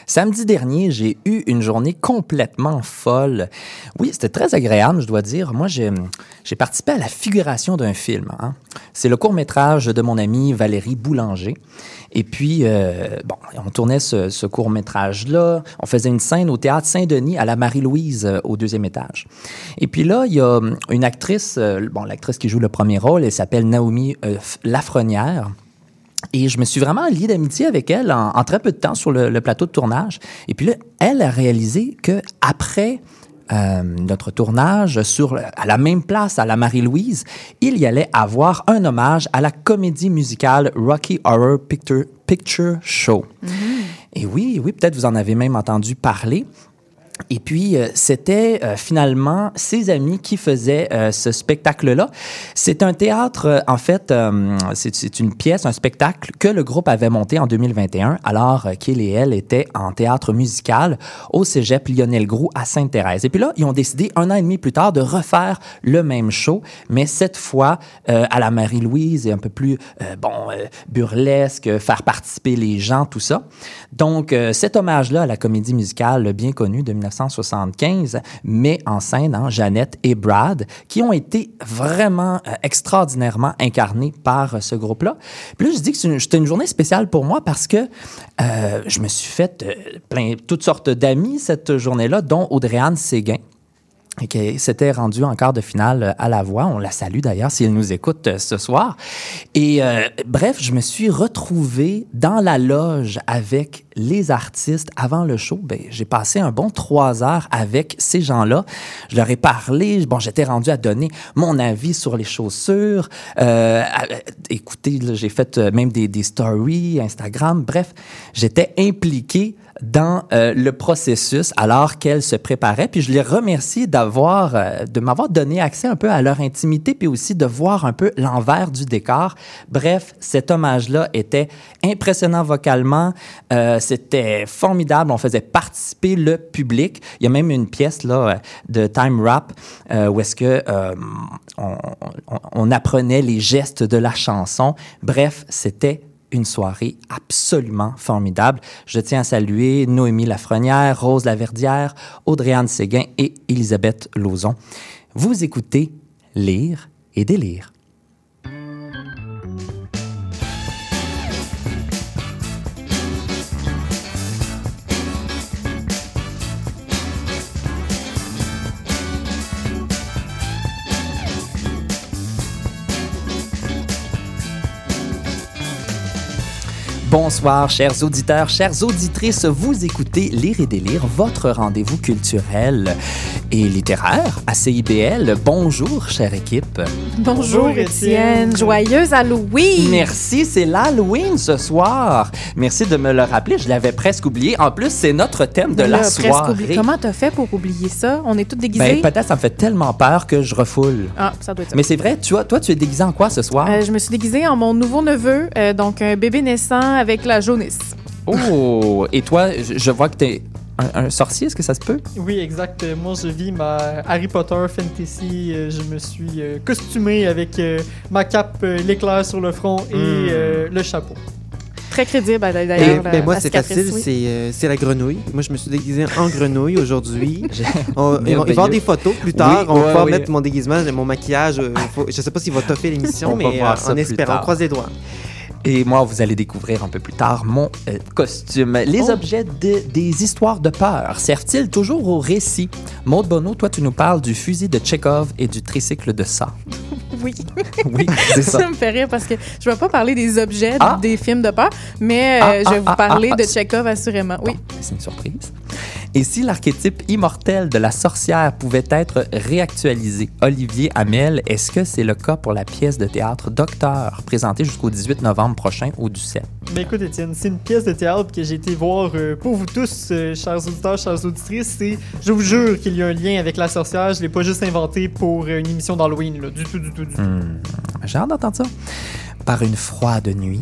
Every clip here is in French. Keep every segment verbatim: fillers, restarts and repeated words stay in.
Samedi dernier, j'ai eu une journée complètement folle. Oui, c'était très agréable, je dois dire. Moi, j'ai, j'ai participé à la figuration d'un film. Hein. C'est le court-métrage de mon amie Valérie Boulanger. Et puis, euh, bon, on tournait ce, ce court-métrage-là. On faisait une scène au Théâtre Saint-Denis à la Marie-Louise, euh, au deuxième étage. Et puis là, il y a une actrice, euh, bon, l'actrice qui joue le premier rôle, elle s'appelle Naomi euh, Lafrenière. Et je me suis vraiment lié d'amitié avec elle en, en très peu de temps sur le, le plateau de tournage. Et puis là, elle a réalisé qu'après euh, notre tournage, sur, à la même place, à la Marie-Louise, il y allait avoir un hommage à la comédie musicale Rocky Horror Picture, Picture Show. Mm-hmm. Et oui, oui, peut-être vous en avez même entendu parler. Et puis, euh, c'était euh, finalement ses amis qui faisaient euh, ce spectacle-là. C'est un théâtre, euh, en fait, euh, c'est, c'est une pièce, un spectacle que le groupe avait monté en deux mille vingt et un, alors euh, qu'il et elle étaient en théâtre musical au cégep Lionel Groulx à Sainte-Thérèse. Et puis là, ils ont décidé, un an et demi plus tard, de refaire le même show, mais cette fois euh, à la Marie-Louise et un peu plus, euh, bon, euh, burlesque, faire participer les gens, tout ça. Donc, euh, cet hommage-là à la comédie musicale bien connue de dix-neuf cent soixante-quinze met en scène hein, Jeannette et Brad, qui ont été vraiment euh, extraordinairement incarnés par euh, ce groupe-là. Puis là, je dis que c'est une, c'était une journée spéciale pour moi parce que euh, je me suis fait euh, plein, toutes sortes d'amis cette journée-là, dont Audrey-Anne Séguin, et qui s'était rendue en quart de finale à La Voix. On la salue d'ailleurs si elle nous écoute euh, ce soir. Et euh, bref, je me suis retrouvé dans la loge avec les artistes avant le show. Ben, j'ai passé un bon trois heures avec ces gens-là. Je leur ai parlé. Bon, j'étais rendu à donner mon avis sur les chaussures. Euh, à, écoutez, là, j'ai fait même des, des stories Instagram. Bref, j'étais impliqué dans euh, le processus alors qu'elles se préparaient. Puis je les remercie d'avoir, euh, de m'avoir donné accès un peu à leur intimité puis aussi de voir un peu l'envers du décor. Bref, cet hommage-là était impressionnant vocalement. Euh, c'était formidable. On faisait participer le public. Il y a même une pièce là de time rap euh, où est-ce que euh, on, on, on apprenait les gestes de la chanson. Bref, c'était une soirée absolument formidable. Je tiens à saluer Noémie Lafrenière, Rose Laverdière, Audrey-Anne Séguin et Élisabeth Lauzon. Vous écoutez Lire et délire. Bonsoir, chers auditeurs, chères auditrices. Vous écoutez Lire et délire, votre rendez-vous culturel et littéraire à C I B L. Bonjour, chère équipe. Bonjour, Étienne. Joyeuse Halloween. Merci, c'est l'Halloween ce soir. Merci de me le rappeler, je l'avais presque oublié. En plus, c'est notre thème de la soirée. Oublié. Comment t'as fait pour oublier ça? On est tous déguisés? Ben, peut-être ça me fait tellement peur que je refoule. Ah, ça doit être ça. Mais c'est vrai, tu vois, toi, tu es déguisé en quoi ce soir? Euh, je me suis déguisée en mon nouveau neveu, euh, donc un bébé naissant avec la jaunisse. Oh! Et toi, je, je vois que t'es un, un sorcier, est-ce que ça se peut? Oui, exact. Moi, je vis ma Harry Potter fantasy. Je me suis euh, costumé avec euh, ma cape, euh, l'éclair sur le front et mm. euh, le chapeau. Très crédible, d'ailleurs. Ben moi, c'est facile, oui. c'est, euh, c'est la grenouille. Moi, je me suis déguisé en grenouille aujourd'hui. On, il va y avoir des photos plus tard. Oui, on va ouais, pouvoir oui. mettre mon déguisement, mon maquillage. Euh, faut, je sais pas s'il va toffer l'émission, on mais euh, en espérant, croise les doigts. Et moi, vous allez découvrir un peu plus tard mon euh, costume. Les oh. objets de, des histoires de peur servent-ils toujours au récit? Maude Bonneau, toi, tu nous parles du fusil de Tchekhov et du tricycle de ça. Oui. Oui, c'est ça. Ça me fait rire parce que je ne vais pas parler des objets ah. des films de peur, mais ah, euh, je vais ah, vous parler ah, ah, de Tchekhov, assurément. Oui. Bon, c'est une surprise. Et si l'archétype immortel de la sorcière pouvait être réactualisé? Olivier Hamel, est-ce que c'est le cas pour la pièce de théâtre Docteur, présentée jusqu'au dix-huit novembre prochain au Duceppe? Ben écoute, Étienne, c'est une pièce de théâtre que j'ai été voir euh, pour vous tous, euh, chers auditeurs, chères auditrices. Et je vous jure qu'il y a un lien avec la sorcière. Je ne l'ai pas juste inventé pour euh, une émission d'Halloween, là. Du tout, du tout, du tout. Mmh. J'ai hâte d'entendre ça. Par une froide nuit,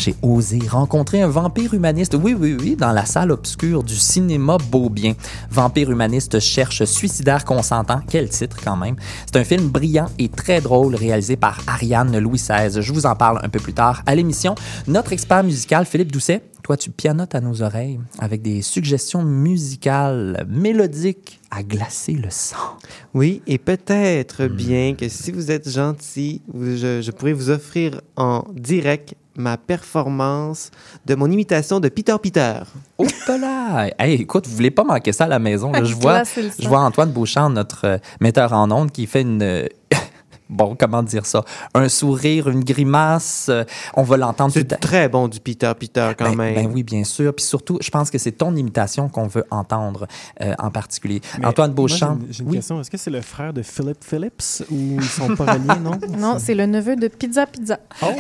j'ai osé rencontrer un vampire humaniste. Oui, oui, oui, dans la salle obscure du cinéma Beaubien. Vampire humaniste cherche suicidaire consentant. Quel titre quand même. C'est un film brillant et très drôle réalisé par Ariane Louis seize. Je vous en parle un peu plus tard à l'émission. Notre expert musical, Philippe Doucet, toi, tu pianotes à nos oreilles avec des suggestions musicales mélodiques à glacer le sang. Oui, et peut-être mmh. bien que si vous êtes gentil, je, je pourrais vous offrir en direct ma performance de mon imitation de Peter Peter. Oh là! Hey, écoute, vous voulez pas manquer ça à la maison. Là. Je, vois, je vois Antoine Beauchamp, notre euh, metteur en ondes, qui fait une... Euh, bon, comment dire ça? Un sourire, une grimace, euh, on va l'entendre. C'est tout à... très bon du Peter Peter quand ben, même. Ben oui, bien sûr. Puis surtout, je pense que c'est ton imitation qu'on veut entendre euh, en particulier. Mais Antoine Beauchamp. Moi, j'ai une, j'ai une oui. question. Est-ce que c'est le frère de Philip Phillips ou ils sont pas reliés, non? Non, c'est le neveu de Pizza Pizza.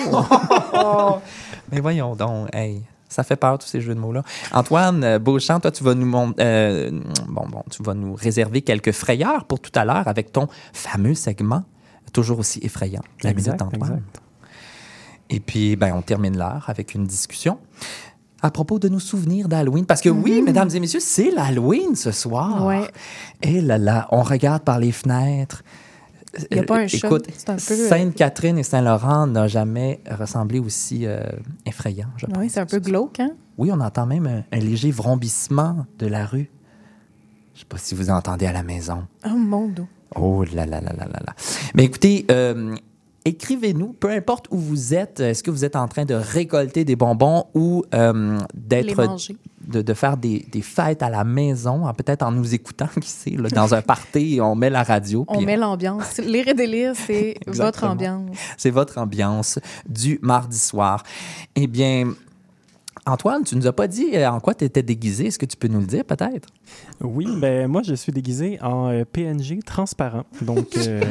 Oh! Mais voyons donc, hey. Ça fait peur, tous ces jeux de mots-là. Antoine Beauchamp, toi, tu vas nous, euh, bon, bon, tu vas nous réserver quelques frayeurs pour tout à l'heure avec ton fameux segment, toujours aussi effrayant, la exact, Minute Antoine. Exact. Et puis, ben, on termine l'heure avec une discussion à propos de nos souvenirs d'Halloween. Parce que oui, mmh. mesdames et messieurs, c'est l'Halloween ce soir. Ouais. Et là là, on regarde par les fenêtres. Il n'y a pas un chat. Écoute, c'est un peu... Sainte-Catherine et Saint-Laurent n'ont jamais ressemblé aussi euh, effrayant, je pense. Oui, c'est un peu glauque, hein? Oui, on entend même un, un léger vrombissement de la rue. Je ne sais pas si vous entendez à la maison. Oh, mon Dieu. Oh là là là là là là. Mais écoutez, euh, écrivez-nous, peu importe où vous êtes. Est-ce que vous êtes en train de récolter des bonbons ou euh, d'être... De, de faire des, des fêtes à la maison, hein, peut-être en nous écoutant, qui sait, là, dans un party, on met la radio. On met on... l'ambiance. Lire et délire, c'est votre ambiance. C'est votre ambiance du mardi soir. Eh bien, Antoine, tu nous as pas dit en quoi tu étais déguisé. Est-ce que tu peux nous le dire, peut-être? Oui, ben moi, je suis déguisé en euh, P N G transparent. Donc, euh...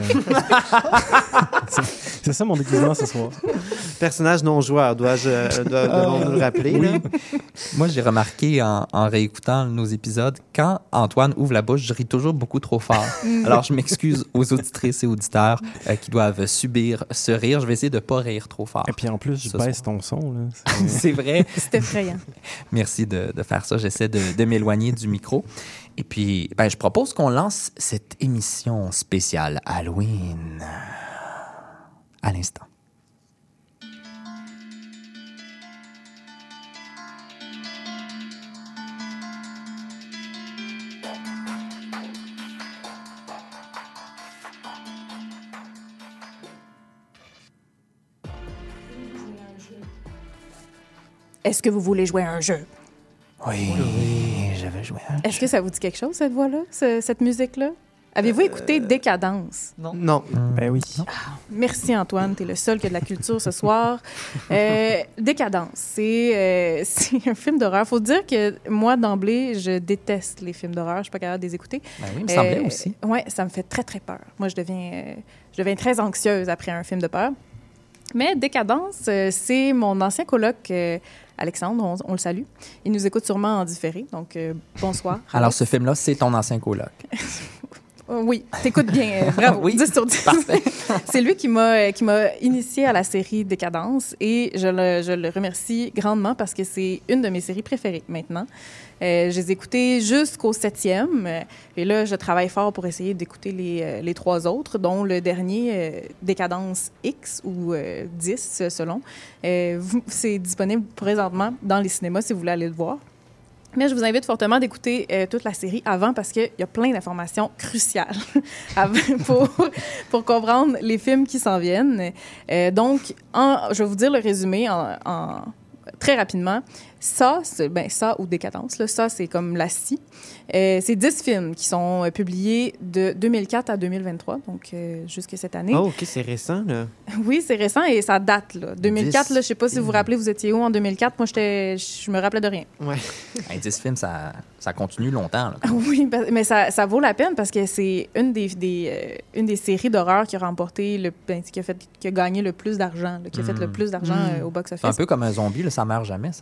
c'est, c'est ça mon déguisement ce soir. Personnage non-joueur, dois-je dois, dois nous le rappeler? Oui. Là? Moi, j'ai remarqué en, en réécoutant nos épisodes, quand Antoine ouvre la bouche, je ris toujours beaucoup trop fort. Alors, je m'excuse aux auditrices et auditeurs euh, qui doivent subir ce rire. Je vais essayer de ne pas rire trop fort. Et puis en plus, je baisse ton son. Là. C'est... c'est vrai. C'est effrayant. Merci de, de faire ça. J'essaie de, de m'éloigner du micro. Et puis, ben, je propose qu'on lance cette émission spéciale Halloween à l'instant. Est-ce que vous voulez jouer à un jeu? Oui, oui, je vais jouer à un jeu. Est-ce que ça vous dit quelque chose, cette voix-là, ce, cette musique-là? Avez-vous euh... écouté Décadence? Non. Non. Mmh. Ben oui. Ah, merci, Antoine. T'es le seul qui a de la culture ce soir. Euh, Décadence, c'est, euh, c'est un film d'horreur. Faut dire que moi, d'emblée, je déteste les films d'horreur. Je suis pas capable de les écouter. Ben oui, il me semblait euh, aussi. Oui, ça me fait très, très peur. Moi, je deviens, euh, je deviens très anxieuse après un film de peur. Mais Décadence, euh, c'est mon ancien coloc, euh, Alexandre, on, on le salue. Il nous écoute sûrement en différé, donc euh, bonsoir. Alors, ce film-là, c'est ton ancien coloc. Oui, t'écoutes bien. Euh, bravo, oui, dix sur dix. Parfait. C'est lui qui m'a, qui m'a initié à la série Décadence et je le, je le remercie grandement parce que c'est une de mes séries préférées maintenant. Euh, je les ai écoutées jusqu'au septième et là, je travaille fort pour essayer d'écouter les, les trois autres, dont le dernier, euh, Décadence X ou euh, dix selon. Euh, vous, c'est disponible présentement dans les cinémas si vous voulez aller le voir. Mais je vous invite fortement d'écouter euh, toute la série avant parce qu'il y a plein d'informations cruciales pour, pour comprendre les films qui s'en viennent. Euh, donc, en, je vais vous dire le résumé en, en, très rapidement. Ça, c'est, ben, ça ou Décadence, là, ça, c'est comme la scie. Euh, c'est dix films qui sont euh, publiés de deux mille quatre à deux mille vingt-trois, donc euh, jusqu'à cette année. Oh, OK, c'est récent, là. Oui, c'est récent et ça date, là. deux mille quatre, là, je ne sais pas si vous vous rappelez, vous étiez où en deux mille quatre? Moi, j'étais, je me rappelais de rien. Ouais. Hey, dix films, ça, ça continue longtemps, là. Oui, mais ça, ça vaut la peine parce que c'est une des, des, euh, une des séries d'horreur qui a remporté, le, ben, qui, a fait, qui a gagné le plus d'argent, là, qui a fait mm. le plus d'argent mm. euh, au box-office. C'est un peu comme un zombie, là, ça ne meurt jamais, ça, cette affaire-là.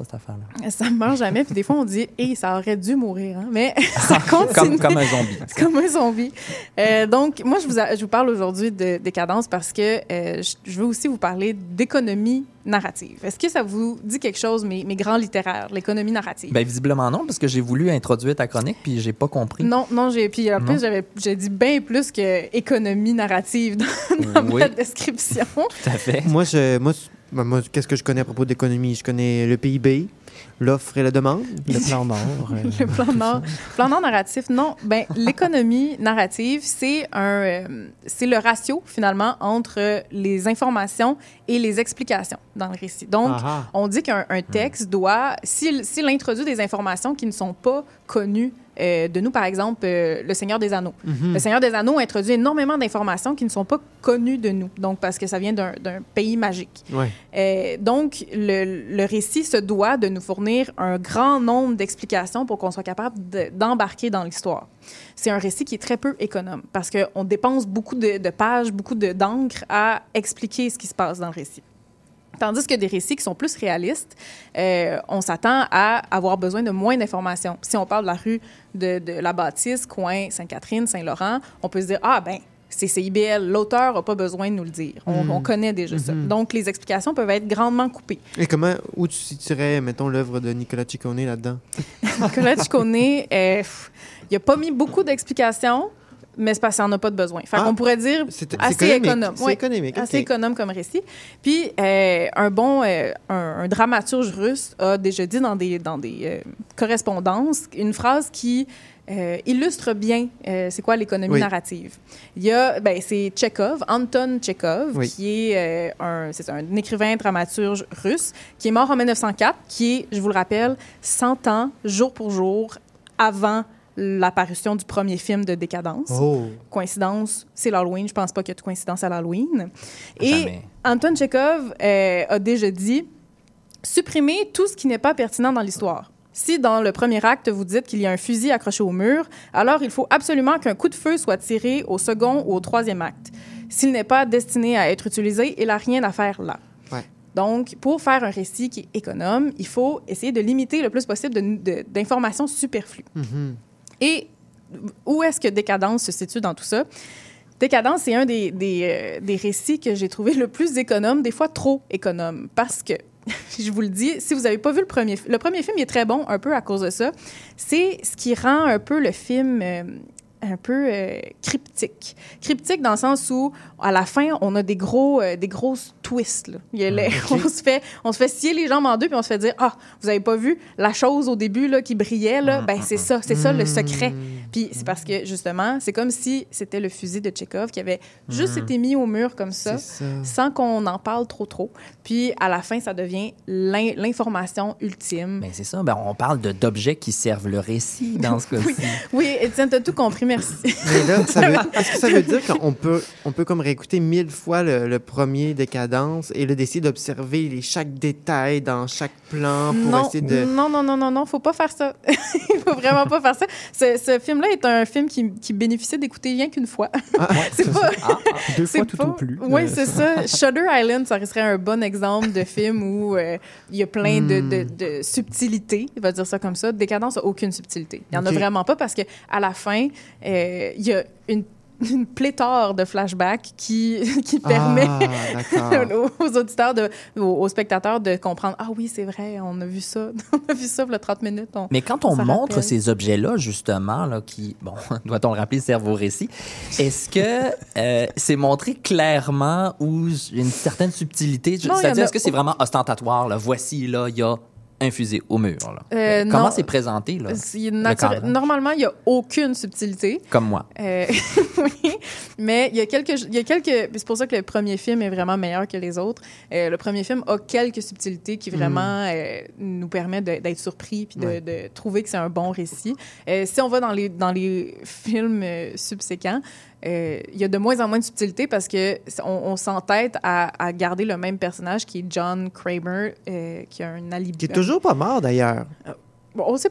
Ça meurt jamais. Puis des fois, on dit, hey, ça aurait dû mourir. Hein? Mais ça continue. comme, comme un zombie. Comme un zombie. Euh, donc, moi, je vous, a, je vous parle aujourd'hui de décadence parce que euh, je, je veux aussi vous parler d'économie narrative. Est-ce que ça vous dit quelque chose, mes, mes grands littéraires, l'économie narrative? Bien, visiblement non, parce que j'ai voulu introduire ta chronique, puis j'ai pas compris. Non, non, j'ai, puis en plus, j'avais, j'ai dit bien plus que économie narrative dans, dans oui. ma description. Tout à fait. Moi, je, moi, moi, qu'est-ce que je connais à propos d'économie? Je connais le P I B, l'offre et la demande. Le plan Nord. Euh, le plan Nord. Plan Nord narratif, non. Ben, l'économie narrative, c'est un, euh, c'est le ratio, finalement, entre les informations et les explications dans le récit. Donc, Aha. on dit qu'un un texte doit, s'il, s'il introduit des informations qui ne sont pas connues Euh, de nous, par exemple, euh, Le Seigneur des Anneaux. Mm-hmm. Le Seigneur des Anneaux introduit énormément d'informations qui ne sont pas connues de nous, donc parce que ça vient d'un, d'un pays magique. Ouais. Euh, donc, le, le récit se doit de nous fournir un grand nombre d'explications pour qu'on soit capable de, d'embarquer dans l'histoire. C'est un récit qui est très peu économe parce qu'on dépense beaucoup de, de pages, beaucoup de, d'encre à expliquer ce qui se passe dans le récit. Tandis que des récits qui sont plus réalistes, euh, on s'attend à avoir besoin de moins d'informations. Si on parle de la rue de, de la Bâtisse, coin Sainte-Catherine, Saint-Laurent, on peut se dire « Ah, ben c'est C I B L, l'auteur n'a pas besoin de nous le dire. On, mmh. on connaît déjà mmh. ça. » Donc, les explications peuvent être grandement coupées. Et comment, où tu situerais, mettons, l'œuvre de Nicolas Ciccone là-dedans? Nicolas Ciccone, euh, il n'a pas mis beaucoup d'explications, mais c'est parce qu'il n'en a pas de besoin. Fait ah, qu'on pourrait dire c'est, assez c'est économique. économe. C'est oui, économique. Assez okay. économe comme récit. Puis, euh, un bon euh, un, un dramaturge russe a déjà dit dans des, dans des euh, correspondances une phrase qui euh, illustre bien euh, c'est quoi l'économie oui. narrative. Il y a, ben, c'est Tchekhov, Anton Tchekhov, oui. qui est, euh, un, c'est un écrivain dramaturge russe, qui est mort en mille neuf cent quatre, qui est, je vous le rappelle, cent ans, jour pour jour, avant l'apparition du premier film de Décadence. Oh. Coïncidence, c'est l'Halloween. Je pense pas qu'il y a de coïncidence à l'Halloween. Et Jamais. Anton Tchekhov euh, a déjà dit « Supprimez tout ce qui n'est pas pertinent dans l'histoire. Si dans le premier acte, vous dites qu'il y a un fusil accroché au mur, alors il faut absolument qu'un coup de feu soit tiré au second ou au troisième acte. S'il n'est pas destiné à être utilisé, il n'a rien à faire là. Ouais. » Donc, pour faire un récit qui est économe, il faut essayer de limiter le plus possible de, de, d'informations superflues. Mm-hmm. Et où est-ce que Décadence se situe dans tout ça? Décadence, c'est un des, des, euh, des récits que j'ai trouvé le plus économe, des fois trop économe, parce que, je vous le dis, si vous n'avez pas vu le premier film, le premier film, il est très bon un peu à cause de ça. C'est ce qui rend un peu le film euh, un peu euh, cryptique. Cryptique dans le sens où, à la fin, on a des gros, euh, des grosses twists. Là. Il y a les, okay. on, se fait, on se fait scier les jambes en deux, puis on se fait dire « Ah, vous n'avez pas vu la chose au début là, qui brillait? Là? » Ben c'est ça, c'est ça le secret. Puis c'est parce que, justement, c'est comme si c'était le fusil de Tchekhov qui avait juste mm. été mis au mur comme ça, ça, sans qu'on en parle trop trop. Puis à la fin, ça devient l'in- l'information ultime. Ben c'est ça, ben on parle de, d'objets qui servent le récit dans ce cas-ci. oui, oui, Étienne, t'as tout compris, merci. Mais là, ça veut, est-ce que ça veut dire qu'on peut, on peut comme réécouter mille fois le, le premier Décadence et là, d'essayer d'observer les, chaque détail dans chaque plan pour non, essayer de... Non, non, non, non, non, faut pas faire ça. Il faut vraiment pas faire ça. Ce, ce film-là est un film qui, qui bénéficie d'écouter rien qu'une fois. Ah, ouais, c'est, c'est pas... Ah, ah, deux c'est fois tout pas... au plus. Oui, c'est ça. Shutter Island, ça serait un bon exemple de film où il euh, y a plein de, de, de subtilités, il va dire ça comme ça. Décadence n'a aucune subtilité. Il n'y en okay. a vraiment pas parce qu'à la fin, il euh, y a une une pléthore de flashbacks qui, qui permet ah, aux auditeurs, de, aux, aux spectateurs de comprendre « Ah oui, c'est vrai, on a vu ça. On a vu ça il y a trente minutes. On, Mais quand on, on montre rappelle. ces objets-là, justement, là, qui, bon, doit-on le rappeler, servent au récit, est-ce que euh, c'est montré clairement ou une certaine subtilité? Non, c'est-à-dire, a... est-ce que c'est vraiment ostentatoire? Là? Voici, là, il y a un fusil au mur. Là. Euh, Comment non, c'est présenté? Là, nature... Normalement, il n'y a aucune subtilité. Comme moi. Euh, oui, mais il y a quelques... Il y a quelques... C'est pour ça que le premier film est vraiment meilleur que les autres. Euh, le premier film a quelques subtilités qui vraiment mm. euh, nous permettent de, d'être surpris puis de, ouais. de trouver que c'est un bon récit. Euh, si on va dans les, dans les films euh, subséquents, il euh, y a de moins en moins de subtilité parce qu'on on s'entête à, à garder le même personnage qui est John Kramer, euh, qui a un alibi. Qui est toujours pas mort, d'ailleurs. Euh, bon, on ne sait pas.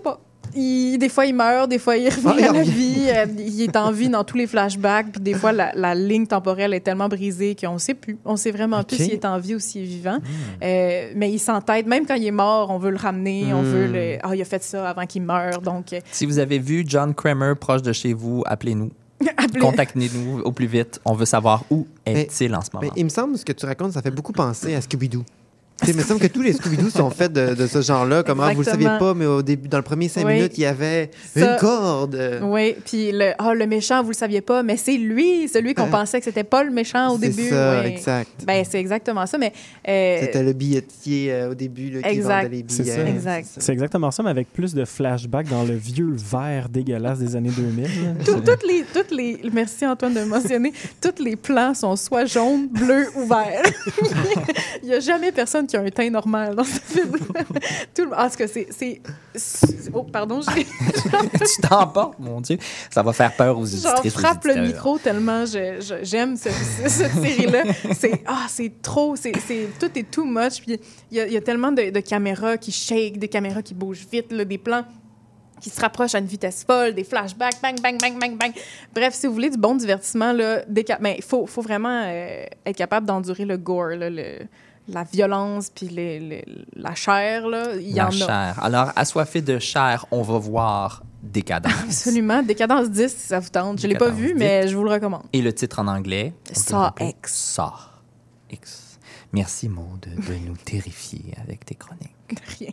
Il, des fois, il meurt, des fois, il revient ah, à la vie. Euh, il est en vie dans tous les flashbacks. Puis des fois, la, la ligne temporelle est tellement brisée qu'on ne sait plus. On ne sait vraiment okay. plus s'il est en vie ou s'il est vivant. Mm. Euh, mais il s'entête. Même quand il est mort, on veut le ramener. Mm. On veut le... Ah, oh, il a fait ça avant qu'il meure. Donc... Si vous avez vu John Kramer proche de chez vous, appelez-nous. Appelez. Contactez-nous au plus vite. On veut savoir où est-il en ce moment. Mais il me semble, ce que tu racontes, ça fait beaucoup penser à Scooby-Doo. Il me semble que tous les Scooby-Doo sont faits de, de ce genre-là. Comme ah, vous le saviez pas, mais au début, dans le premier cinq oui. minutes, il y avait ça, une corde. Oui, puis le, oh, le méchant, vous le saviez pas, mais c'est lui, celui qu'on euh, pensait que c'était pas le méchant au c'est début. C'est ça, oui. exact. Ben, c'est exactement ça, mais... Euh, c'était le billettier euh, au début là, qui vendait les billets. C'est ça. Exact. C'est exactement ça, mais avec plus de flashbacks dans le vieux vert dégueulasse des années deux mille. Tout, toutes les, toutes les, merci Antoine de mentionner, tous les plans sont soit jaunes, bleus ou verts. Il n'y a jamais personne qui a un teint normal dans ce film-là. Tout le... Ah, que c'est, c'est... Oh, pardon, j'ai... Tu t'emportes, mon Dieu. Ça va faire peur aux éditrices. Je frappe le micro tellement je, je, j'aime ce, ce, cette série-là. C'est, ah, c'est trop, c'est, c'est, tout est too much. Puis il y, y a tellement de, de caméras qui shake, des caméras qui bougent vite, là, des plans qui se rapprochent à une vitesse folle, des flashbacks, bang, bang, bang, bang, bang. Bref, si vous voulez du bon divertissement, là, déca... mais il faut, faut vraiment euh, être capable d'endurer le gore, là, le... la violence puis les, les, la chair, là, il y la en chair. a. Alors, assoiffé de chair, on va voir Décadence. Absolument. Décadence dix, si ça vous tente. Je ne l'ai pas vu, mais je vous le recommande. Et le titre en anglais? Saw X. Saw X. Merci, Maud, de nous terrifier avec tes chroniques. Rien.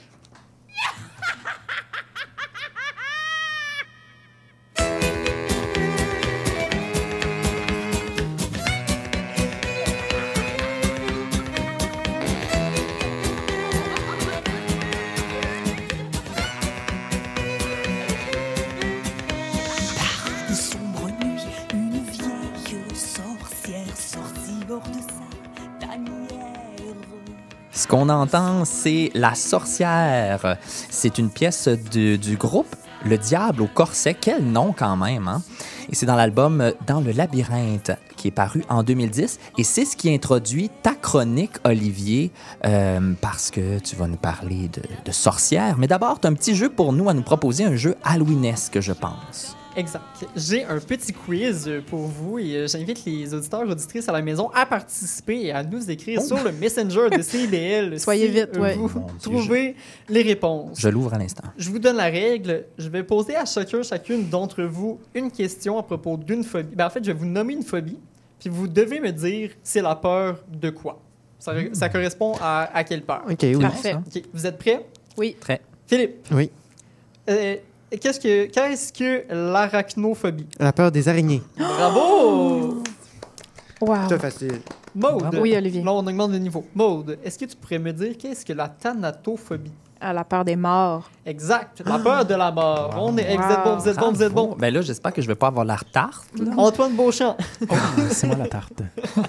Ce qu'on entend, c'est La Sorcière. C'est une pièce de, du groupe Le Diable au corset. Quel nom quand même, hein? Et c'est dans l'album Dans le labyrinthe qui est paru en deux mille dix. Et c'est ce qui introduit ta chronique, Olivier, euh, parce que tu vas nous parler de, de sorcières. Mais d'abord, tu as un petit jeu pour nous à nous proposer, un jeu halloweenesque, je pense. Exact. J'ai un petit quiz pour vous et j'invite les auditeurs et auditrices à la maison à participer et à nous écrire oh. sur le Messenger de C I B L. Soyez si vite, oui. Vous trouvez je... les réponses. Je l'ouvre à l'instant. Je vous donne la règle. Je vais poser à chacun, chacune d'entre vous une question à propos d'une phobie. Ben, en fait, je vais vous nommer une phobie, puis vous devez me dire c'est la peur de quoi. Ça, mmh. ça correspond à, à quelle peur. OK, oui. Parfait. Okay. Vous êtes prêts? Oui. Très. Philippe? Oui. Euh, Qu'est-ce que, qu'est-ce que l'arachnophobie? La peur des araignées. Bravo! Wow. C'est facile. Maude. Oui, Olivier. Là, on augmente le niveau. Maude, est-ce que tu pourrais me dire qu'est-ce que la thanatophobie? À la peur des morts. Exact. La peur de la mort. Wow. On est, wow. Vous êtes bon, vous êtes bon, vous êtes bon. Ben là, j'espère que je vais pas avoir la tarte. Là. Antoine Beauchamp. Oh, c'est moi la tarte.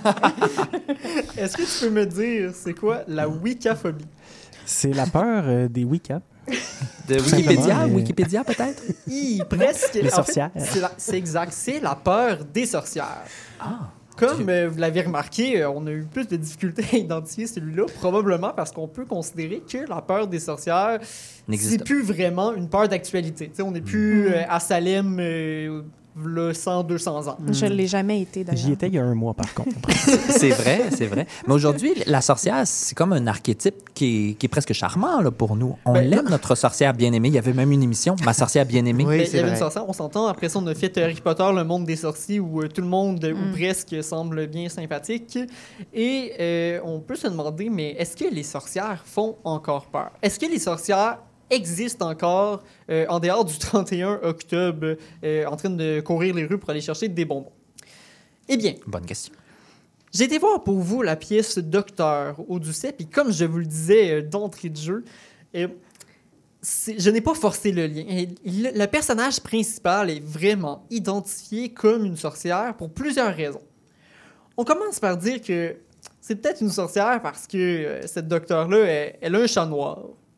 Est-ce que tu peux me dire c'est quoi la wiccaphobie? C'est la peur euh, des Wicca. De Wikipédia, mais... Wikipédia peut-être? Hi, presque. Les sorcières. En fait, c'est, la, c'est exact, c'est la peur des sorcières. Ah. Comme euh, vous l'avez remarqué, euh, on a eu plus de difficultés à identifier celui-là, probablement parce qu'on peut considérer que la peur des sorcières, N'existe c'est plus vraiment une peur d'actualité. T'sais, on n'est plus euh, à Salem euh, le cent, deux cents ans. Je ne l'ai jamais été, d'ailleurs. J'y étais il y a un mois, par contre. C'est vrai, c'est vrai. Mais aujourd'hui, la sorcière, c'est comme un archétype qui est, qui est presque charmant là, pour nous. On ben, l'aime, non. notre sorcière bien-aimée. Il y avait même une émission, Ma sorcière bien-aimée. Oui, c'est il y avait vrai. Une sorcière, on s'entend. Après ça, on a fait Harry Potter, le monde des sorciers, où euh, tout le monde, mm. ou presque, semble bien sympathique. Et euh, on peut se demander, mais est-ce que les sorcières font encore peur? Est-ce que les sorcières existe encore euh, en dehors du trente et un octobre euh, en train de courir les rues pour aller chercher des bonbons? Eh bien, bonne question. J'ai été voir pour vous la pièce Docteur au Doucet, puis comme je vous le disais euh, d'entrée de jeu, euh, je n'ai pas forcé le lien. Et le, le personnage principal est vraiment identifié comme une sorcière pour plusieurs raisons. On commence par dire que c'est peut-être une sorcière parce que euh, cette docteur-là, elle, elle a un chat noir.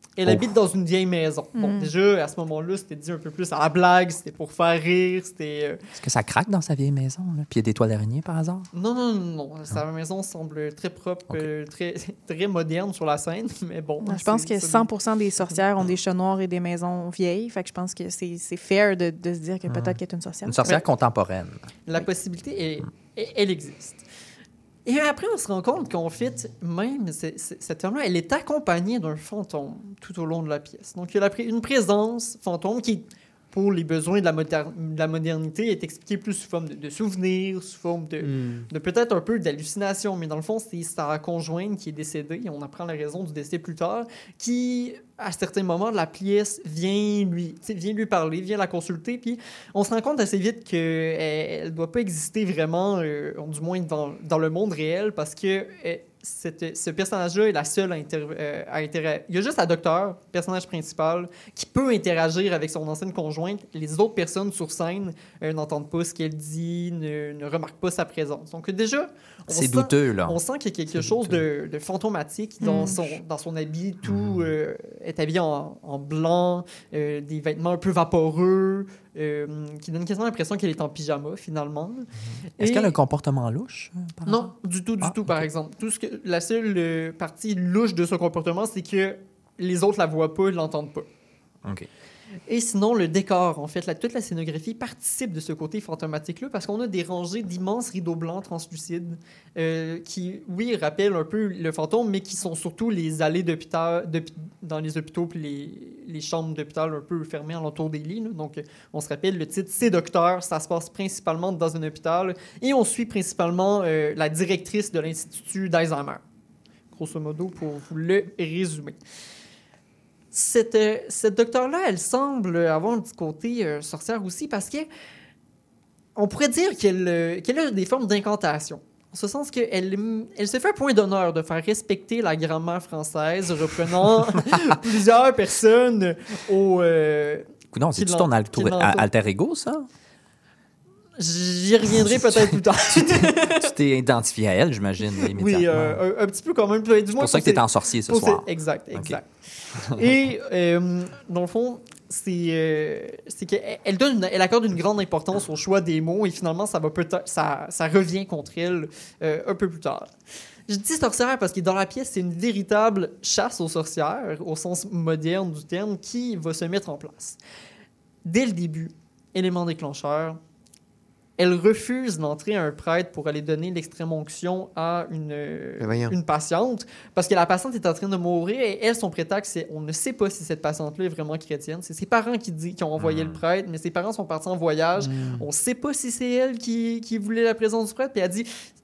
Elle Oh. habite dans une vieille maison. Bon, Mm. déjà, à ce moment-là, c'était dit un peu plus à la blague, c'était pour faire rire, c'était... euh, Est-ce que ça craque dans sa vieille maison, là? Puis il y a des toiles d'araignée par hasard? Non, non, non, non. Sa maison semble très propre, Ok. euh, très, très moderne sur la scène, mais bon. Je pense c'est- que c'est- cent pour cent des sorcières ont des chats noirs et des maisons vieilles. Fait que je pense que c'est c'est fair de, de se dire que peut-être qu'elle est une sorcière. Une sorcière Mais- contemporaine. La possibilité, est- est- elle existe. Et après, on se rend compte qu'en fait, même c'est- c'est- cette femme-là, elle est accompagnée d'un fantôme tout au long de la pièce. Donc, il y a la pré- une présence fantôme qui, pour les besoins de la, moder- de la modernité, est expliquée plus sous forme de, de souvenirs, sous forme de, Hmm. de peut-être un peu d'hallucination. Mais dans le fond, c'est sa conjointe qui est décédée, et on apprend la raison du décès plus tard, qui, à certains moments de la pièce, vient lui, tu sais, vient lui parler, vient la consulter, puis on se rend compte assez vite qu'elle ne doit pas exister vraiment, euh, du moins dans, dans le monde réel, parce que euh, cette- ce personnage-là est la seule à, inter- euh, à interagir. Il y a juste la docteure, personnage principal, qui peut interagir avec son ancienne conjointe. Les autres personnes sur scène euh, n'entendent pas ce qu'elle dit, ne, ne remarquent pas sa présence. Donc déjà, on C'est sent- douteux, là. on sent qu'il y a quelque C'est chose de, de fantomatique dans, Mm. son, dans son habit. Tout euh, est habillé en, en blanc, euh, des vêtements un peu vaporeux, euh, qui donnent quasiment l'impression qu'elle est en pyjama, finalement. Est-ce Et- qu'elle a un comportement louche? euh, par Non, hasard? du tout, du Ah, tout, par ok. exemple. Tout ce que, la seule euh, partie louche de son comportement, c'est que les autres la voient pas, ne l'entendent pas. OK. Et sinon, le décor, en fait, la, toute la scénographie participe de ce côté fantomatique-là parce qu'on a des rangées d'immenses rideaux blancs translucides euh, qui, oui, rappellent un peu le fantôme, mais qui sont surtout les allées d'hôpital, d'hôpi- dans les hôpitaux puis les, les chambres d'hôpital un peu fermées alentour des lits. Là. Donc, euh, on se rappelle, le titre, c'est Docteur. Ça se passe principalement dans un hôpital et on suit principalement euh, la directrice de l'Institut d'Alzheimer. Grosso modo, pour vous le résumer. Cette, euh, cette docteur-là, elle semble avoir un petit côté euh, sorcière aussi parce que on pourrait dire qu'elle euh, qu'elle a des formes d'incantation. En ce sens qu'elle elle se fait un point d'honneur de faire respecter la grammaire française, reprenant plusieurs personnes au... euh, Non, Qui c'est-tu l'en- ton alter, qui l'entend. alter ego, ça? J'y reviendrai peut-être plus tard. tu t'es identifié à elle, j'imagine, immédiatement. Oui, euh, un, un petit peu quand même. Du moins, c'est pour ça que tu es en sorcier ce Pour soir. ces- Exact, exact. Et euh, dans le fond, c'est euh, c'est qu'elle elle donne, une- elle accorde une grande importance au choix des mots et finalement, ça va peut-être, ça, ça revient contre elle euh, un peu plus tard. Je dis sorcière parce que dans la pièce, c'est une véritable chasse aux sorcières, au sens moderne du terme, qui va se mettre en place. Dès le début, élément déclencheur, elle refuse d'entrer à un prêtre pour aller donner l'extrême-onction à une, euh, Mais voyons. une patiente parce que la patiente est en train de mourir et elle, son prétexte, c'est on ne sait pas si cette patiente-là est vraiment chrétienne. C'est ses parents qui, dit, qui ont envoyé Mm. le prêtre, mais ses parents sont partis en voyage. On ne sait pas si c'est elle qui, qui voulait la présence du prêtre. Puis elle dit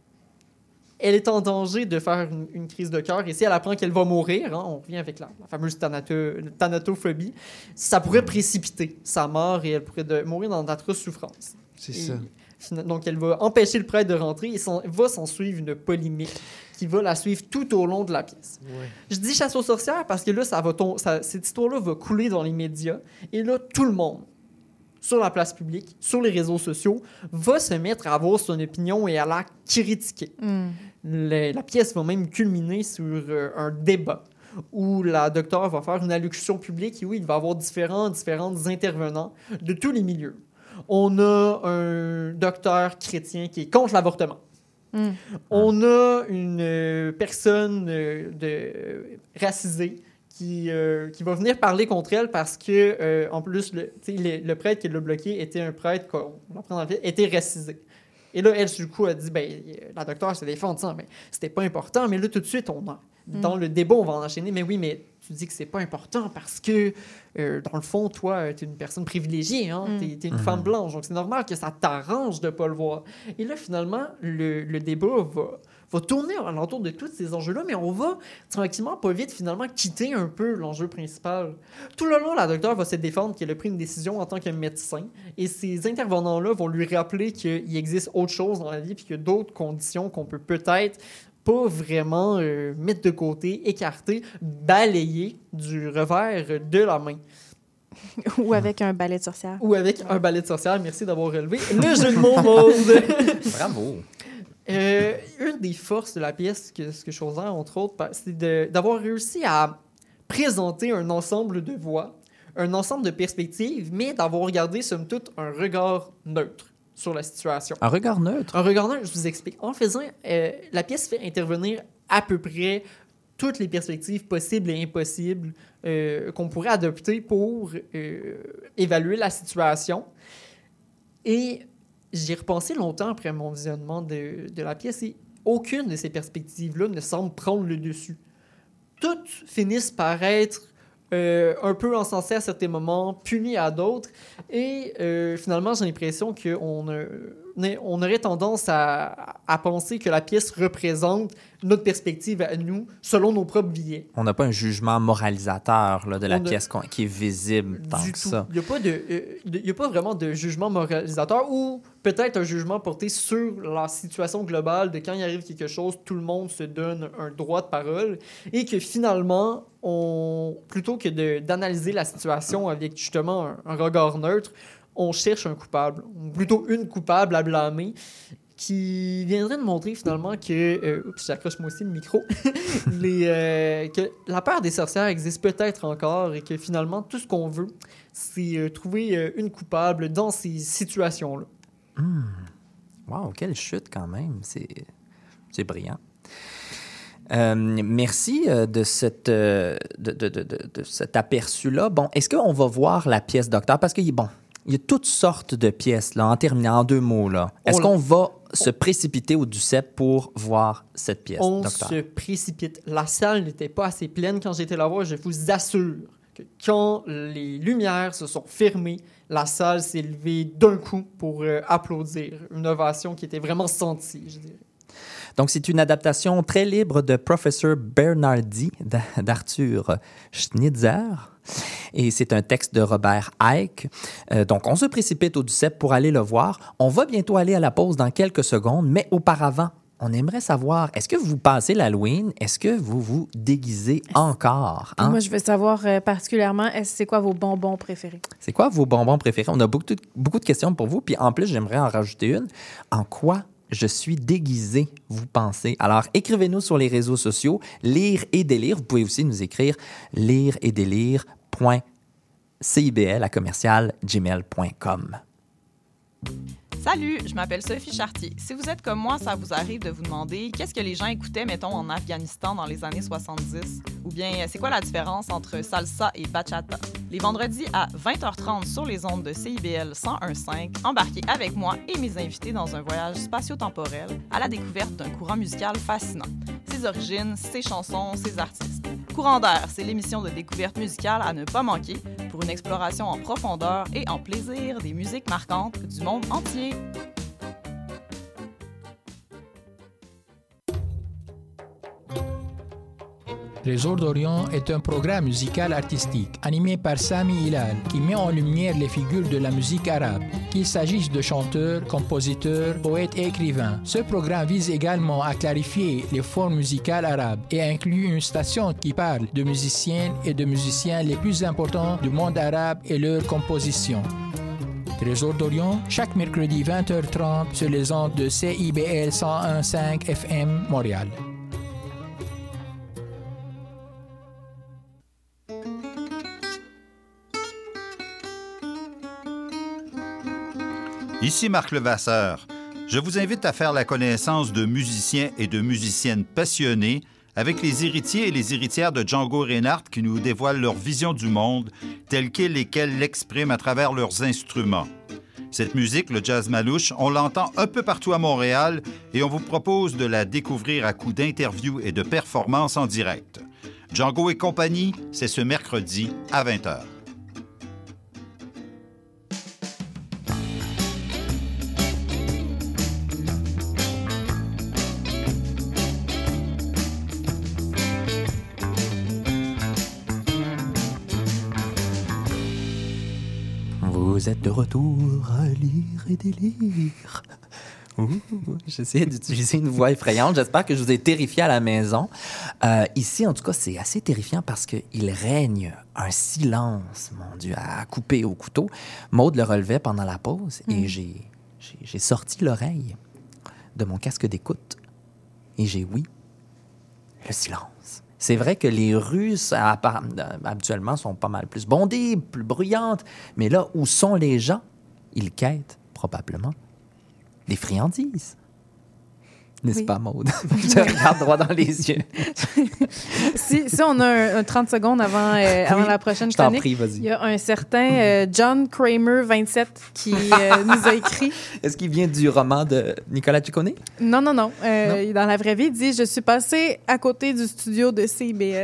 elle est en danger de faire une, une crise de cœur et si elle apprend qu'elle va mourir, hein, on revient avec la, la fameuse thanato- thanatophobie, ça pourrait précipiter sa mort et elle pourrait de, mourir dans d'atroces souffrances. C'est Et ça. fina- Donc, elle va empêcher le prêtre de rentrer et s'en- va s'en suivre une polémique qui va la suivre tout au long de la pièce. Ouais. Je dis chasse aux sorcières parce que là, ça va tom- ça- cette histoire-là va couler dans les médias et là, tout le monde, sur la place publique, sur les réseaux sociaux, va se mettre à avoir son opinion et à la critiquer. Mm. Le- la pièce va même culminer sur euh, un débat où la docteure va faire une allocution publique et où il va y avoir différents, différentes intervenants de tous les milieux. On a un docteur chrétien qui est contre l'avortement. Mm. On a une euh, personne euh, de, euh, racisée qui, euh, qui va venir parler contre elle parce que, euh, en plus, le, tu sais, le, le prêtre qui l'a bloqué était un prêtre, qu'on apprend dans le film, était racisé. Et là, elle, sur le coup, a dit, ben, la docteure s'est défendue, mais c'était pas important. Mais là, tout de suite, on a, dans le débat, on va en enchaîner. Mais oui, mais tu dis que c'est pas important parce que, euh, dans le fond, toi, tu es une personne privilégiée, hein? Mm. T'es, t'es une Mhm. femme blanche. Donc, c'est normal que ça t'arrange de pas le voir. Et là, finalement, le, le débat va, va tourner alentour de tous ces enjeux-là, mais on va tranquillement, pas vite, finalement, quitter un peu l'enjeu principal. Tout le long, la docteure va se défendre qu'elle a pris une décision en tant que médecin, et ces intervenants-là vont lui rappeler qu'il existe autre chose dans la vie, puis qu'il y a d'autres conditions qu'on peut peut-être pas vraiment euh, mettre de côté, écarter, balayer du revers de la main. Ou avec un balai de sorcière. Ou avec un balai de sorcière. Merci d'avoir relevé le jeu de mots mode. Bravo. Euh, une des forces de la pièce, que, ce que je faisais, entre autres, pa- c'est de- d'avoir réussi à présenter un ensemble de voix, un ensemble de perspectives, mais d'avoir regardé, somme toute, un regard neutre sur la situation. Un regard neutre? Un regard neutre, je vous explique. En faisant, euh, la pièce fait intervenir à peu près toutes les perspectives possibles et impossibles euh, qu'on pourrait adopter pour euh, évaluer la situation. Et j'y ai repensé longtemps après mon visionnement de, de la pièce et aucune de ces perspectives-là ne semble prendre le dessus. Toutes finissent par être euh, un peu encensées à certains moments, punies à d'autres. Et euh, finalement, j'ai l'impression qu'on euh, on aurait tendance à, à penser que la pièce représente notre perspective à nous, selon nos propres billets. On n'a pas un jugement moralisateur là, de la On pièce a... qui est visible tant du que tout. ça. Il n'y a pas de, euh, il y a pas vraiment de jugement moralisateur ou peut-être un jugement porté sur la situation globale de quand il arrive quelque chose, tout le monde se donne un droit de parole et que finalement, on, plutôt que de, d'analyser la situation avec justement un, un regard neutre, on cherche un coupable, ou plutôt une coupable à blâmer, qui viendrait de montrer finalement que... Euh, oups, j'accroche moi aussi le micro. les, euh, que la peur des sorcières existe peut-être encore et que finalement, tout ce qu'on veut, c'est euh, trouver euh, une coupable dans ces situations-là. Mmh. Wow, quelle chute quand même. C'est, c'est brillant. Euh, merci euh, de, cette, euh, de, de, de, de, de cet aperçu-là. Bon, est-ce qu'on va voir la pièce Docteur? Parce que, bon... Il y a toutes sortes de pièces, là, en terminant en deux mots. Là. Est-ce on qu'on va on... se précipiter au Duceppe pour voir cette pièce, On docteur? se précipite. La salle n'était pas assez pleine quand j'étais là-bas. Je vous assure que quand les lumières se sont fermées, la salle s'est levée d'un coup pour euh, applaudir. Une ovation qui était vraiment sentie, je dirais. Donc, c'est une adaptation très libre de Professeur Bernardi d'Arthur Schnitzer. Et c'est un texte de Robert Icke. Euh, donc, on se précipite au Duceppe pour aller le voir. On va bientôt aller à la pause dans quelques secondes, mais auparavant, on aimerait savoir, est-ce que vous passez l'Halloween? Est-ce que vous vous déguisez encore? Hein? Moi, je veux savoir euh, particulièrement, est-ce, c'est quoi vos bonbons préférés? C'est quoi vos bonbons préférés? On a beaucoup de, beaucoup de questions pour vous. Puis en plus, j'aimerais en rajouter une. En quoi je suis déguisé, vous pensez? Alors, écrivez-nous sur les réseaux sociaux, Lire et délire. Vous pouvez aussi nous écrire lire et délire.cibl à commercial gmail point com. Salut, je m'appelle Sophie Chartier. Si vous êtes comme moi, ça vous arrive de vous demander qu'est-ce que les gens écoutaient, mettons, en Afghanistan dans les années soixante-dix? Ou bien, c'est quoi la différence entre salsa et bachata? Les vendredis à vingt heures trente sur les ondes de C I B L cent un virgule cinq, embarquez avec moi et mes invités dans un voyage spatio-temporel à la découverte d'un courant musical fascinant. Ses origines, ses chansons, ses artistes. Courant d'air, c'est l'émission de découverte musicale à ne pas manquer pour une exploration en profondeur et en plaisir des musiques marquantes du monde entier. Trésor d'Orient est un programme musical artistique animé par Sami Hilal qui met en lumière les figures de la musique arabe, qu'il s'agisse de chanteurs, compositeurs, poètes et écrivains. Ce programme vise également à clarifier les formes musicales arabes et inclut une station qui parle de musiciennes et de musiciens les plus importants du monde arabe et leurs compositions. Trésor d'Orient, chaque mercredi vingt heures trente sur les ondes de C I B L cent un virgule cinq F M Montréal. Ici Marc Levasseur. Je vous invite à faire la connaissance de musiciens et de musiciennes passionnés avec les héritiers et les héritières de Django Reinhardt qui nous dévoilent leur vision du monde telle qu'elle et qu'elle l'expriment à travers leurs instruments. Cette musique, le jazz malouche, on l'entend un peu partout à Montréal et on vous propose de la découvrir à coups d'interviews et de performances en direct. Django et compagnie, c'est ce mercredi à vingt heures. Vous êtes de retour à Lire et délire. Ouh, j'essaie d'utiliser une voix effrayante. J'espère que je vous ai terrifié à la maison. Euh, ici, en tout cas, c'est assez terrifiant parce qu'il règne un silence, mon Dieu, à couper au couteau. Maude le relevait pendant la pause et mmh. j'ai, j'ai, j'ai sorti l'oreille de mon casque d'écoute et j'ai, oui, le silence. C'est vrai que les rues, ça, habituellement, sont pas mal plus bondées, plus bruyantes. Mais là, où sont les gens? Ils quêtent, probablement, des friandises. N'est-ce oui. pas, Maude? Je te regarde droit dans les yeux. si, si on a un, un trente secondes avant, euh, avant oui, la prochaine je t'en chronique, prie, vas-y. Il y a un certain euh, John Kramer, vingt-sept, qui euh, nous a écrit. Est-ce qu'il vient du roman de Nicolas Ciccone? Non, non, non. Euh, non. Dans la vraie vie, il dit « Je suis passé à côté du studio de C I B L. »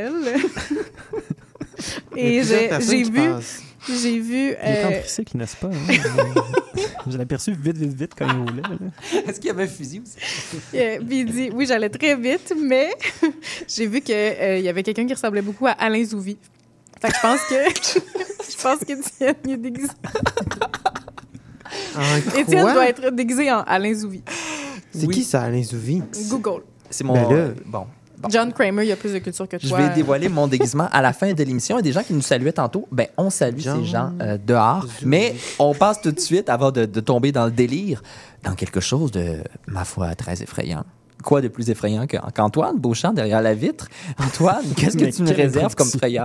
Et j'ai, j'ai vu... Passe. J'ai vu... Il est en tricycle, n'est-ce pas? Hein? Je l'ai aperçu vite, vite, vite quand il roulait. Là. Est-ce qu'il y avait un fusil aussi? euh, puis il dit, oui, j'allais très vite, mais j'ai vu qu'il euh, y avait quelqu'un qui ressemblait beaucoup à Alain Zouvi. Fait que je pense que... je pense qu'Étienne est déguisé. Étienne doit être déguisé en Alain Zouvi. C'est oui. qui ça, Alain Zouvi? Google. C'est mon... Ben là... Bon. Bon. John Kramer, il y a plus de culture que toi. Je vais dévoiler mon déguisement à la fin de l'émission. Il y a des gens qui nous saluaient tantôt. Ben, on salue John... ces gens euh, dehors. John... Mais on passe tout de suite, avant de, de tomber dans le délire, dans quelque chose de, ma foi, très effrayant. Quoi de plus effrayant qu'Antoine Beauchamp derrière la vitre? Antoine, qu'est-ce que tu me réserves comme frayeur?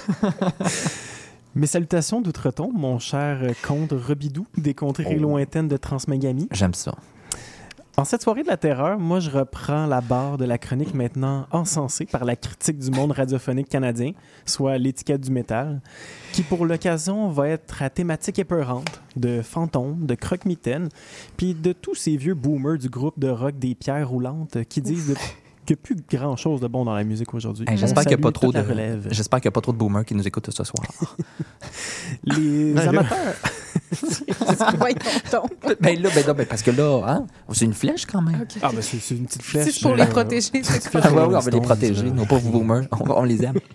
Mes salutations d'outre-tombe, mon cher comte Robidoux, des contrées oh. lointaines de Transmégamie. J'aime ça. En cette soirée de la terreur, moi, je reprends la barre de la chronique maintenant encensée par la critique du monde radiophonique canadien, soit l'étiquette du métal, qui, pour l'occasion, va être à thématique épeurante, de fantômes, de croque-mitaines, puis de tous ces vieux boomers du groupe de rock des pierres roulantes qui disent... De... qu'il n'y a plus grand-chose de bon dans la musique aujourd'hui. Hey, j'espère, qu'il y a pas trop de... j'espère qu'il n'y a pas trop de boomers qui nous écoutent ce soir. Les amateurs... Voyons donc. Ben là, ben non, ben parce que là, hein, c'est une flèche quand même. Okay. Ah, ben c'est, c'est une petite flèche. C'est pour euh, les protéger. C'est ah, ouais, oui, on va les protéger, nos pauvres boomers. On, on les aime.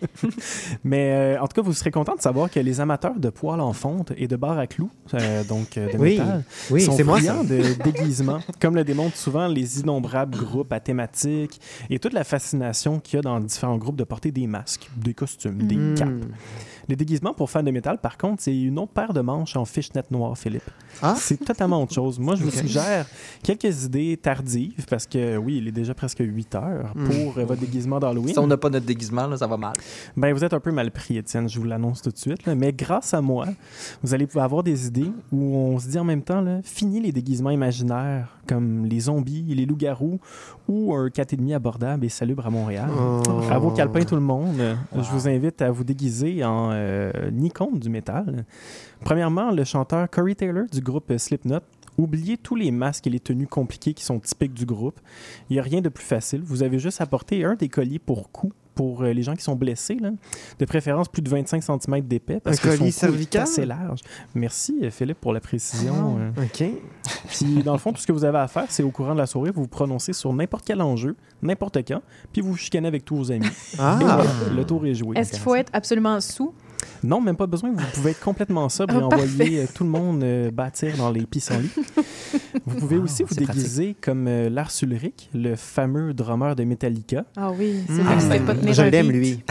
Mais euh, en tout cas, vous serez content de savoir que les amateurs de poils en fonte et de barres à clous, euh, donc euh, de oui. métal, oui, sont c'est friands de déguisements, comme le démontrent souvent les innombrables groupes à thématique et toute la fascination qu'il y a dans différents groupes de porter des masques, des costumes, des mmh. capes. Les déguisements pour fans de métal, par contre, c'est une autre paire de manches en fishnet noir, Philippe. Ah? C'est totalement autre chose. Moi, je vous okay. suggère quelques idées tardives, parce que, oui, il est déjà presque huit heures pour mmh. votre déguisement d'Halloween. Si on n'a pas notre déguisement, là, ça va mal. Ben, vous êtes un peu mal pris, Étienne, je vous l'annonce tout de suite. Là. Mais grâce à moi, vous allez pouvoir avoir des idées où on se dit en même temps, là, fini les déguisements imaginaires, comme les zombies, les loups-garous, ou un quatre et demi abordable et salubre à Montréal. Oh. À vos calepins, tout le monde, wow. je vous invite à vous déguiser en euh, icône du métal. Premièrement, le chanteur Corey Taylor du groupe Slipknot. Oubliez tous les masques et les tenues compliquées qui sont typiques du groupe. Il n'y a rien de plus facile. Vous avez juste à porter un des colliers pour cou pour les gens qui sont blessés, là. De préférence plus de vingt-cinq centimètres d'épais parce un que collier cervical est assez large. Merci Philippe pour la précision. Oh, OK. Puis dans le fond, tout ce que vous avez à faire, c'est au courant de la soirée, vous vous prononcez sur n'importe quel enjeu, n'importe quand, puis vous vous chicanez avec tous vos amis. Ah. Et voilà, le tour est joué. Est-ce qu'il faut être absolument sous? Non, même pas besoin. Vous pouvez être complètement sobre oh, et envoyer euh, tout le monde euh, bâtir dans les pissenlits. Vous pouvez wow, aussi vous déguiser pratique. comme euh, Lars Ulrich, le fameux drummer de Metallica. Ah oui, c'est vrai que c'était pas tenir Je l'aime, lui.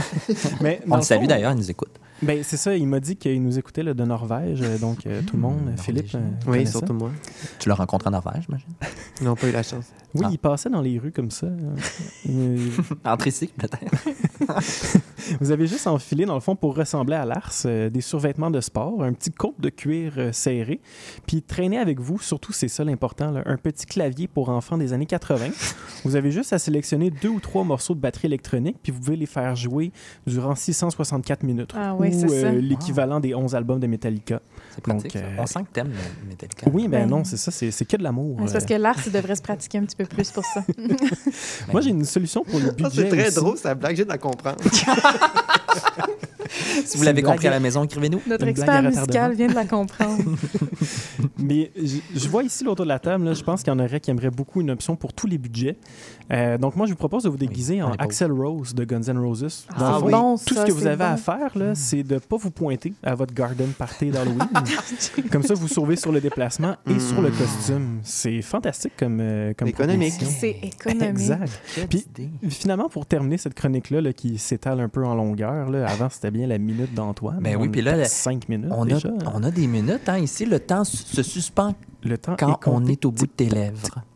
Mais, on le salue d'ailleurs, il nous écoute. Ben, c'est ça, il m'a dit qu'il nous écoutait là, de Norvège, donc euh, tout le monde, mmh, Philippe. Euh, oui, surtout ça. Moi. Tu l'as rencontré en Norvège, j'imagine? Non, pas eu la chance. Oui, ah. il passait dans les rues comme ça. euh, en tricycle, peut-être. Vous avez juste enfilé, dans le fond, pour ressembler à Lars, euh, des survêtements de sport, un petit coat de cuir euh, serré, puis traîner avec vous, surtout, c'est ça l'important, là, un petit clavier pour enfants des années quatre-vingts. Vous avez juste à sélectionner deux ou trois morceaux de batterie électronique, puis vous pouvez les faire jouer durant six cent soixante-quatre minutes. Ah oui, c'est ou, ça. Euh, l'équivalent wow. des onze albums de Metallica. C'est pratique. Donc, euh, on sent que t'aimes Metallica. Oui, ben ouais. non, c'est ça, c'est, c'est que de l'amour. C'est parce que Lars, il devrait se pratiquer un petit peu plus pour ça. Moi, j'ai une solution pour le budget. C'est très aussi. drôle, sa blague, j'ai de la comprendre. Si vous l'avez compris à la maison, écrivez-nous. Notre expert musical vient de la comprendre. Mais je, je vois ici, autour de la table, là, je pense qu'il y en aurait qui aimeraient beaucoup une option pour tous les budgets. Euh, donc, moi, je vous propose de vous déguiser oui, en Axl Rose de Guns N' Roses. Ah, donc, oui. bon, tout ça, ce que vous avez bon. à faire, là, c'est de ne pas vous pointer à votre garden party d'Halloween. Comme ça, vous sauvez sur le déplacement et mmh. sur le costume. C'est fantastique comme, euh, comme économique. C'est économique. Exact. Puis, finalement, pour terminer cette chronique-là là, qui s'étale un peu en longueur, là, avant, c'était bien la minute d'Antoine. Ben oui, puis là, la... cinq minutes on, déjà. A, on a des minutes. Hein, ici, le temps se suspend le temps quand est on est au bout de tes lèvres.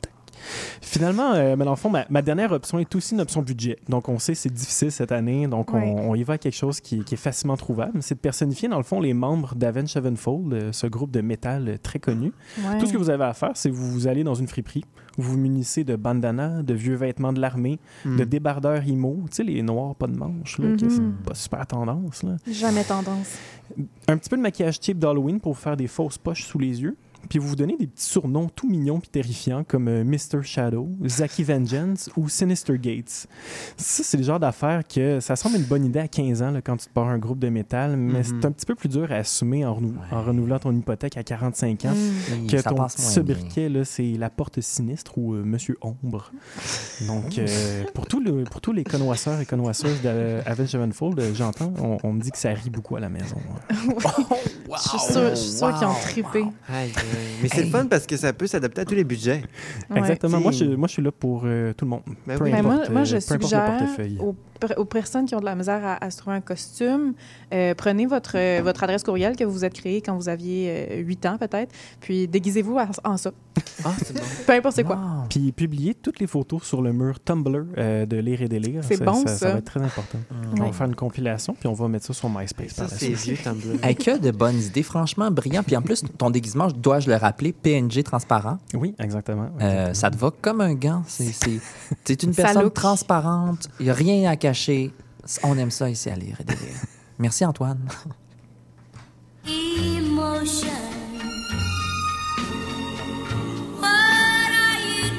Finalement, euh, mais dans le fond, ma, ma dernière option est aussi une option budget. Donc, on sait que c'est difficile cette année, donc Ouais. on, on y va à quelque chose qui, qui est facilement trouvable. C'est de personnifier, dans le fond, les membres d'Avenged Sevenfold, euh, ce groupe de métal euh, très connu. Ouais. Tout ce que vous avez à faire, c'est que vous, vous allez dans une friperie, vous vous munissez de bandanas, de vieux vêtements de l'armée, Mm. de débardeurs emo, tu sais, les noirs pas de manches, là, que Mhm. c'est pas super tendance, là. Jamais tendance. Un petit peu de maquillage cheap d'Halloween pour vous faire des fausses poches sous les yeux. Puis vous vous donnez des petits surnoms tout mignons puis terrifiants comme euh, mister Shadow, Zaki Vengeance ou Sinister Gates. Ça, c'est le genre d'affaires que ça semble une bonne idée à quinze ans là, quand tu te pars un groupe de métal, mais Mhm. c'est un petit peu plus dur à assumer en, renou- en renouvelant ton hypothèque à quarante-cinq ans. Mm. Oui, Que ça ton passe petit moins sobriquet, là, c'est la porte sinistre ou euh, Monsieur Ombre. Donc, euh, pour, tout le, pour tous les connoisseurs et connoisseuses d'Avenged Sevenfold, euh, j'entends, on, on me dit que ça rit beaucoup à la maison. Je suis sûre, je suis sûre qu'ils ont trippé. Aïe, aïe. Mais c'est le fun parce que ça peut s'adapter à tous les budgets. Ouais. Exactement. Moi, T'sais- je, moi, je suis là pour euh, tout le monde. Ben Peu oui. Ben, moi, importe, moi, euh, je peu importe le suggère portefeuille. aux, per- aux personnes qui ont de la misère à, à se trouver un costume, euh, prenez votre, euh, votre adresse courriel que vous vous êtes créée quand vous aviez euh, huit ans peut-être, puis déguisez-vous en, en ça. Ah, c'est bon. Peu importe c'est quoi. Wow. Puis publier toutes les photos sur le mur Tumblr euh, de Lire et Délire. C'est bon, ça. ça. va être très important. On va faire une compilation, puis on va mettre ça sur MySpace Ça, par la c'est suite. vieux Tumblr. Hey, que de bonnes idées, franchement brillant. Puis en plus, ton déguisement, dois-je le rappeler, P N G transparent. Oui, exactement. Euh, ça te va comme un gant. C'est, c'est, c'est une Ça personne look. transparente. Il n'y a rien à cacher. On aime ça ici à Lire et Délire. Merci, Antoine. Emotion. What are you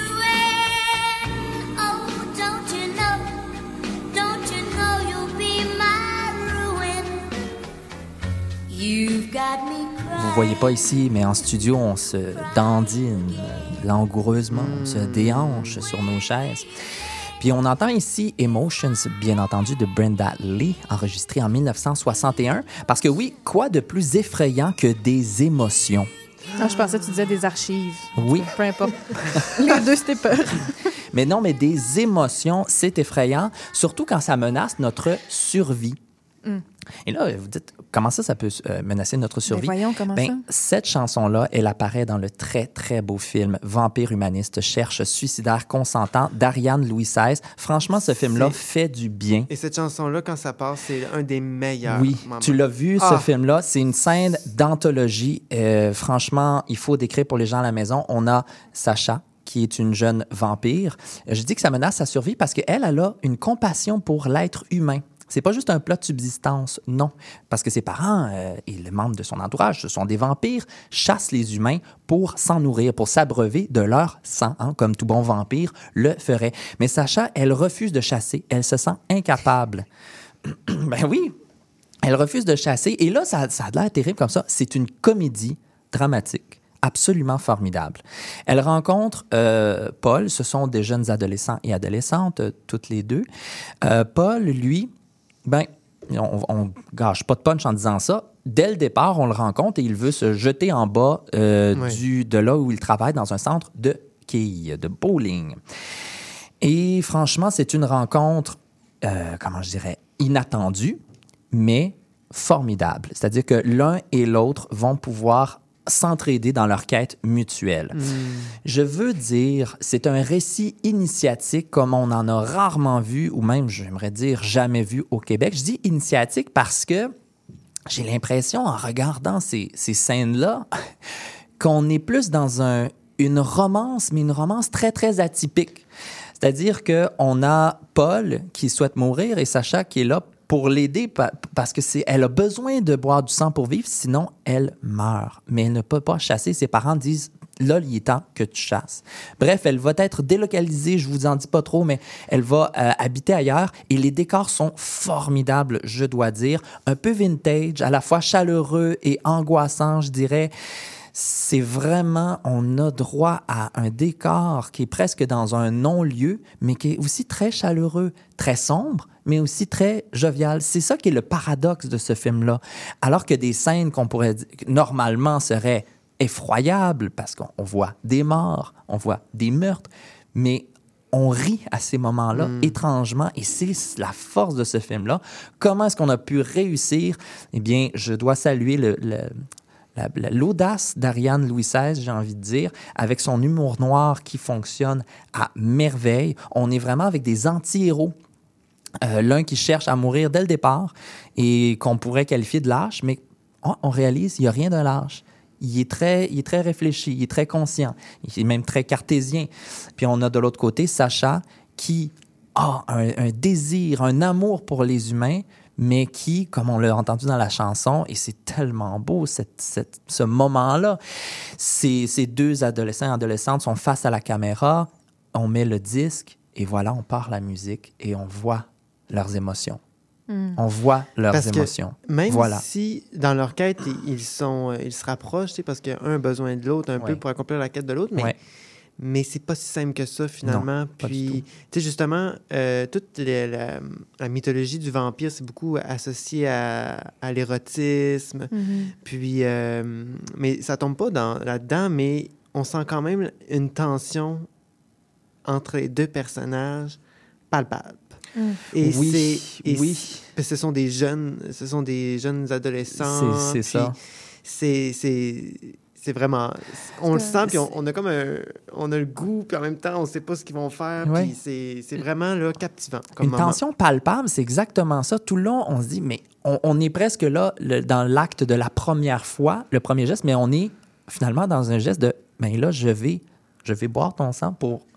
doing? Oh, don't you know? Don't you know you'll be my ruin? You've got me crying. Vous voyez pas ici, mais en studio, on se dandine euh, langoureusement, on se déhanche sur nos chaises. Puis on entend ici Emotions, bien entendu, de Brenda Lee, enregistré en mille neuf cent soixante et un. Parce que oui, quoi de plus effrayant que des émotions? Ah, je pensais que tu disais des archives. Oui, Peu importe. Les deux, c'était peur. mais non, mais des émotions, c'est effrayant, surtout quand ça menace notre survie. Mm. Et là, vous dites, comment ça, ça peut euh, menacer notre Ben, survie? voyons comment Ben, ça. cette chanson-là, elle apparaît dans le très, très beau film Vampire humaniste cherche suicidaire consentant d'Ariane Louis seize. Franchement, ce film-là C'est- fait du bien. Et cette chanson-là, quand ça passe, c'est un des meilleurs. Oui, moments. tu l'as vu, Ah. ce film-là. C'est une scène d'anthologie. Euh, franchement, il faut décrire pour les gens à la maison. On a Sacha, qui est une jeune vampire. Je dis que ça menace sa survie parce qu'elle, elle a une compassion pour l'être humain. C'est pas juste un plat de subsistance, non. Parce que ses parents euh, et les membres de son entourage, ce sont des vampires, chassent les humains pour s'en nourrir, pour s'abreuver de leur sang, hein, comme tout bon vampire le ferait. Mais Sacha, elle refuse de chasser. Elle se sent incapable. Ben oui, elle refuse de chasser. Et là, ça, ça a l'air terrible comme ça. C'est une comédie dramatique absolument formidable. Elle rencontre euh, Paul. Ce sont des jeunes adolescents et adolescentes, euh, toutes les deux. Euh, Paul, lui, ben, on, on gâche pas de punch en disant ça. Dès le départ, on le rencontre et il veut se jeter en bas euh, Ouais. du, de là où il travaille, dans un centre de quilles, de bowling. Et franchement, c'est une rencontre, euh, comment je dirais, inattendue, mais formidable. C'est-à-dire que l'un et l'autre vont pouvoir s'entraider dans leur quête mutuelle. Mm. Je veux dire, c'est un récit initiatique comme on en a rarement vu, ou même, j'aimerais dire, jamais vu au Québec. Je dis initiatique parce que j'ai l'impression, en regardant ces, ces scènes-là, qu'on est plus dans un, une romance, mais une romance très, très atypique. C'est-à-dire qu'on a Paul qui souhaite mourir et Sacha qui est là pour l'aider pa- parce que c'est, elle a besoin de boire du sang pour vivre, sinon elle meurt. Mais elle ne peut pas chasser. Ses parents disent, là, il est temps que tu chasses. Bref, elle va être délocalisée, je vous en dis pas trop, mais elle va euh, habiter ailleurs et les décors sont formidables, je dois dire. Un peu vintage, à la fois chaleureux et angoissant, je dirais. C'est vraiment, on a droit à un décor qui est presque dans un non-lieu, mais qui est aussi très chaleureux, très sombre, mais aussi très jovial. C'est ça qui est le paradoxe de ce film-là. Alors que des scènes qu'on pourrait dire, normalement seraient effroyables, parce qu'on on voit des morts, on voit des meurtres, mais on rit à ces moments-là, Mm. étrangement, et c'est la force de ce film-là. Comment est-ce qu'on a pu réussir? Eh bien, je dois saluer le... le la, la, l'audace d'Ariane Louis seize, j'ai envie de dire, avec son humour noir qui fonctionne à merveille. On est vraiment avec des anti-héros. Euh, l'un qui cherche à mourir dès le départ et qu'on pourrait qualifier de lâche, mais oh, on réalise qu'il n'y a rien de lâche. Il est, très, il est très réfléchi, il est très conscient, il est même très cartésien. Puis on a de l'autre côté Sacha qui a un, un désir, un amour pour les humains, mais qui, comme on l'a entendu dans la chanson, et c'est tellement beau cette, cette, ce moment-là, ces, ces deux adolescents et adolescentes sont face à la caméra, on met le disque et voilà, on part la musique et on voit leurs émotions. Mm. On voit leurs parce émotions. Que même voilà. si, dans leur quête, ils, sont, ils se rapprochent, tu sais, parce qu'un a besoin de l'autre un ouais. peu pour accomplir la quête de l'autre, mais, ouais. mais c'est pas si simple que ça, finalement. Non, puis, tu sais, justement, euh, toute les, la, la mythologie du vampire, c'est beaucoup associé à, à l'érotisme. Mm-hmm. Puis, euh, mais ça tombe pas dans, là-dedans, mais on sent quand même une tension entre les deux personnages palpable. Mm. Et oui, c'est, et oui. C'est, ce sont des jeunes, ce sont des jeunes adolescents. C'est, c'est ça. C'est, c'est, c'est vraiment, on le sent, puis on, on a comme un, on a le goût, puis en même temps, on sait pas ce qu'ils vont faire, ouais. puis c'est, c'est vraiment là captivant. Comme Une moment. tension palpable, c'est exactement ça. Tout le long, on se dit, mais on, on est presque là le, dans l'acte de la première fois, le premier geste, mais on est finalement dans un geste de, ben là, je vais. Je vais boire ton sang pour,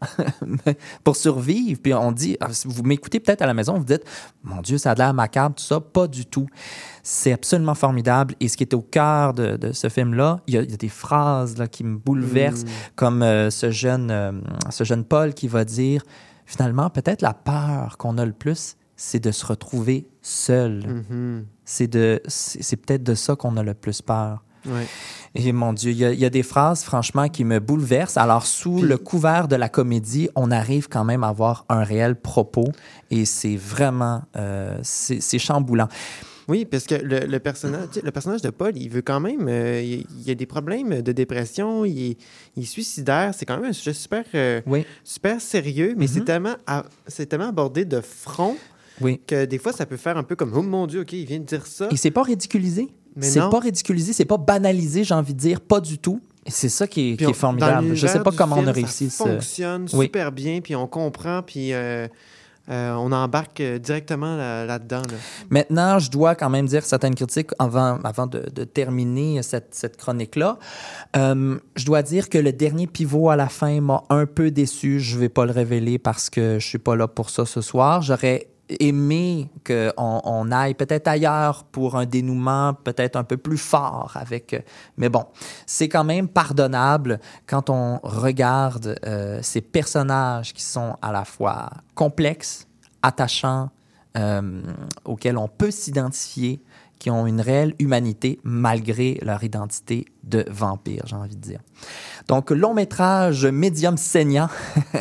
pour survivre. Puis on dit, vous m'écoutez peut-être à la maison, vous dites, mon Dieu, ça a l'air macabre, tout ça. Pas du tout. C'est absolument formidable. Et ce qui est au cœur de, de ce film-là, il y, il y a des phrases là, qui me bouleversent, mmh. comme euh, ce, jeune, euh, ce jeune Paul qui va dire, finalement, peut-être la peur qu'on a le plus, c'est de se retrouver seul. Mmh. C'est, de, c'est, c'est peut-être de ça qu'on a le plus peur. Ouais. Et mon Dieu, il y, y a des phrases, franchement, qui me bouleversent. Alors, sous Puis... le couvert de la comédie, on arrive quand même à avoir un réel propos et c'est vraiment... Euh, c'est, c'est chamboulant. Oui, parce que le, le, personnage, le personnage de Paul, il veut quand même... Euh, il, il a des problèmes de dépression, il est, il est suicidaire. C'est quand même un sujet super, euh, oui. super sérieux, mais mm-hmm. c'est, tellement, c'est tellement abordé de front oui. que des fois, ça peut faire un peu comme « Oh mon Dieu, OK, il vient de dire ça. » Et c'est pas ridiculisé. Mais c'est non. pas ridiculisé, c'est pas banalisé, j'ai envie de dire, pas du tout. Et c'est ça qui est, qui est formidable. Je sais pas comment film, on a réussi ça. Ça fonctionne oui. super bien, puis on comprend, puis euh, euh, on embarque directement là, là-dedans. Là. Maintenant, je dois quand même dire certaines critiques avant, avant de, de terminer cette, cette chronique-là. Euh, je dois dire que le dernier pivot à la fin m'a un peu déçu. Je vais pas le révéler parce que je suis pas là pour ça ce soir. J'aurais aimé qu'on on aille peut-être ailleurs pour un dénouement peut-être un peu plus fort avec... Mais bon, c'est quand même pardonnable quand on regarde euh, ces personnages qui sont à la fois complexes, attachants, euh, auxquels on peut s'identifier, qui ont une réelle humanité malgré leur identité de vampire, j'ai envie de dire. Donc, long métrage médium saignant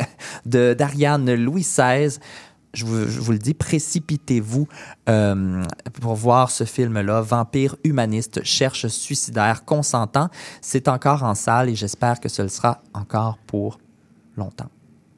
de d'Ariane Louis seize. Je vous, je vous le dis, précipitez-vous euh, pour voir ce film-là. Vampire humaniste, cherche suicidaire, consentant. C'est encore en salle et j'espère que ce le sera encore pour longtemps.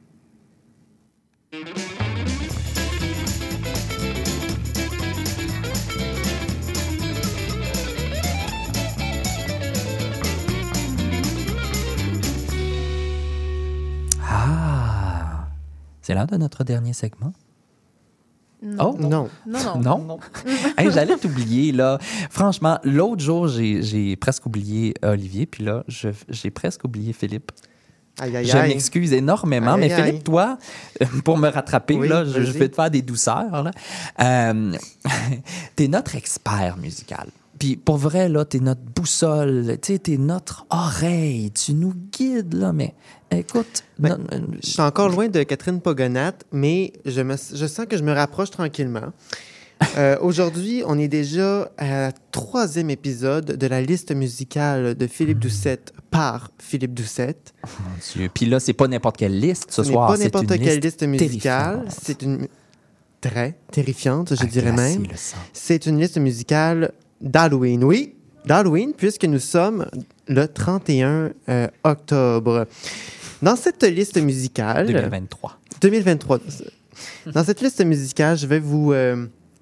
Ah! C'est l'heure de notre dernier segment. Non. Oh? Non. Non, non. Non? Non. Hey, j'allais t'oublier, là. Franchement, l'autre jour, j'ai, j'ai presque oublié Olivier, puis là, je, j'ai presque oublié Philippe. Aïe, aïe, je aïe. m'excuse énormément, Aïe, mais aïe. Philippe, toi, pour me rattraper, Oui, là, je, je vas-y. vais te faire des douceurs. Là. Euh, t'es notre expert musical. Puis pour vrai, là, t'es notre boussole, tu sais, t'es notre oreille. Tu nous guides, là, mais écoute... Ben, non, je suis encore loin de Catherine Pogonat, mais je, me, je sens que je me rapproche tranquillement. Euh, aujourd'hui, on est déjà à la troisième épisode de la liste musicale de Philippe Doucette par Philippe Doucette. Oh, mon Dieu. Puis là, c'est pas n'importe quelle liste ce Ce soir. n'est pas n'importe c'est une quelle liste liste musicale. terrifiante. C'est une... Très terrifiante, je À dirais glacer même. le sang. C'est une liste musicale d'Halloween. Oui, d'Halloween, puisque nous sommes le trente et un euh, octobre. Dans cette liste musicale... deux mille vingt-trois. deux mille vingt-trois. Dans cette liste musicale, je vais vous, euh,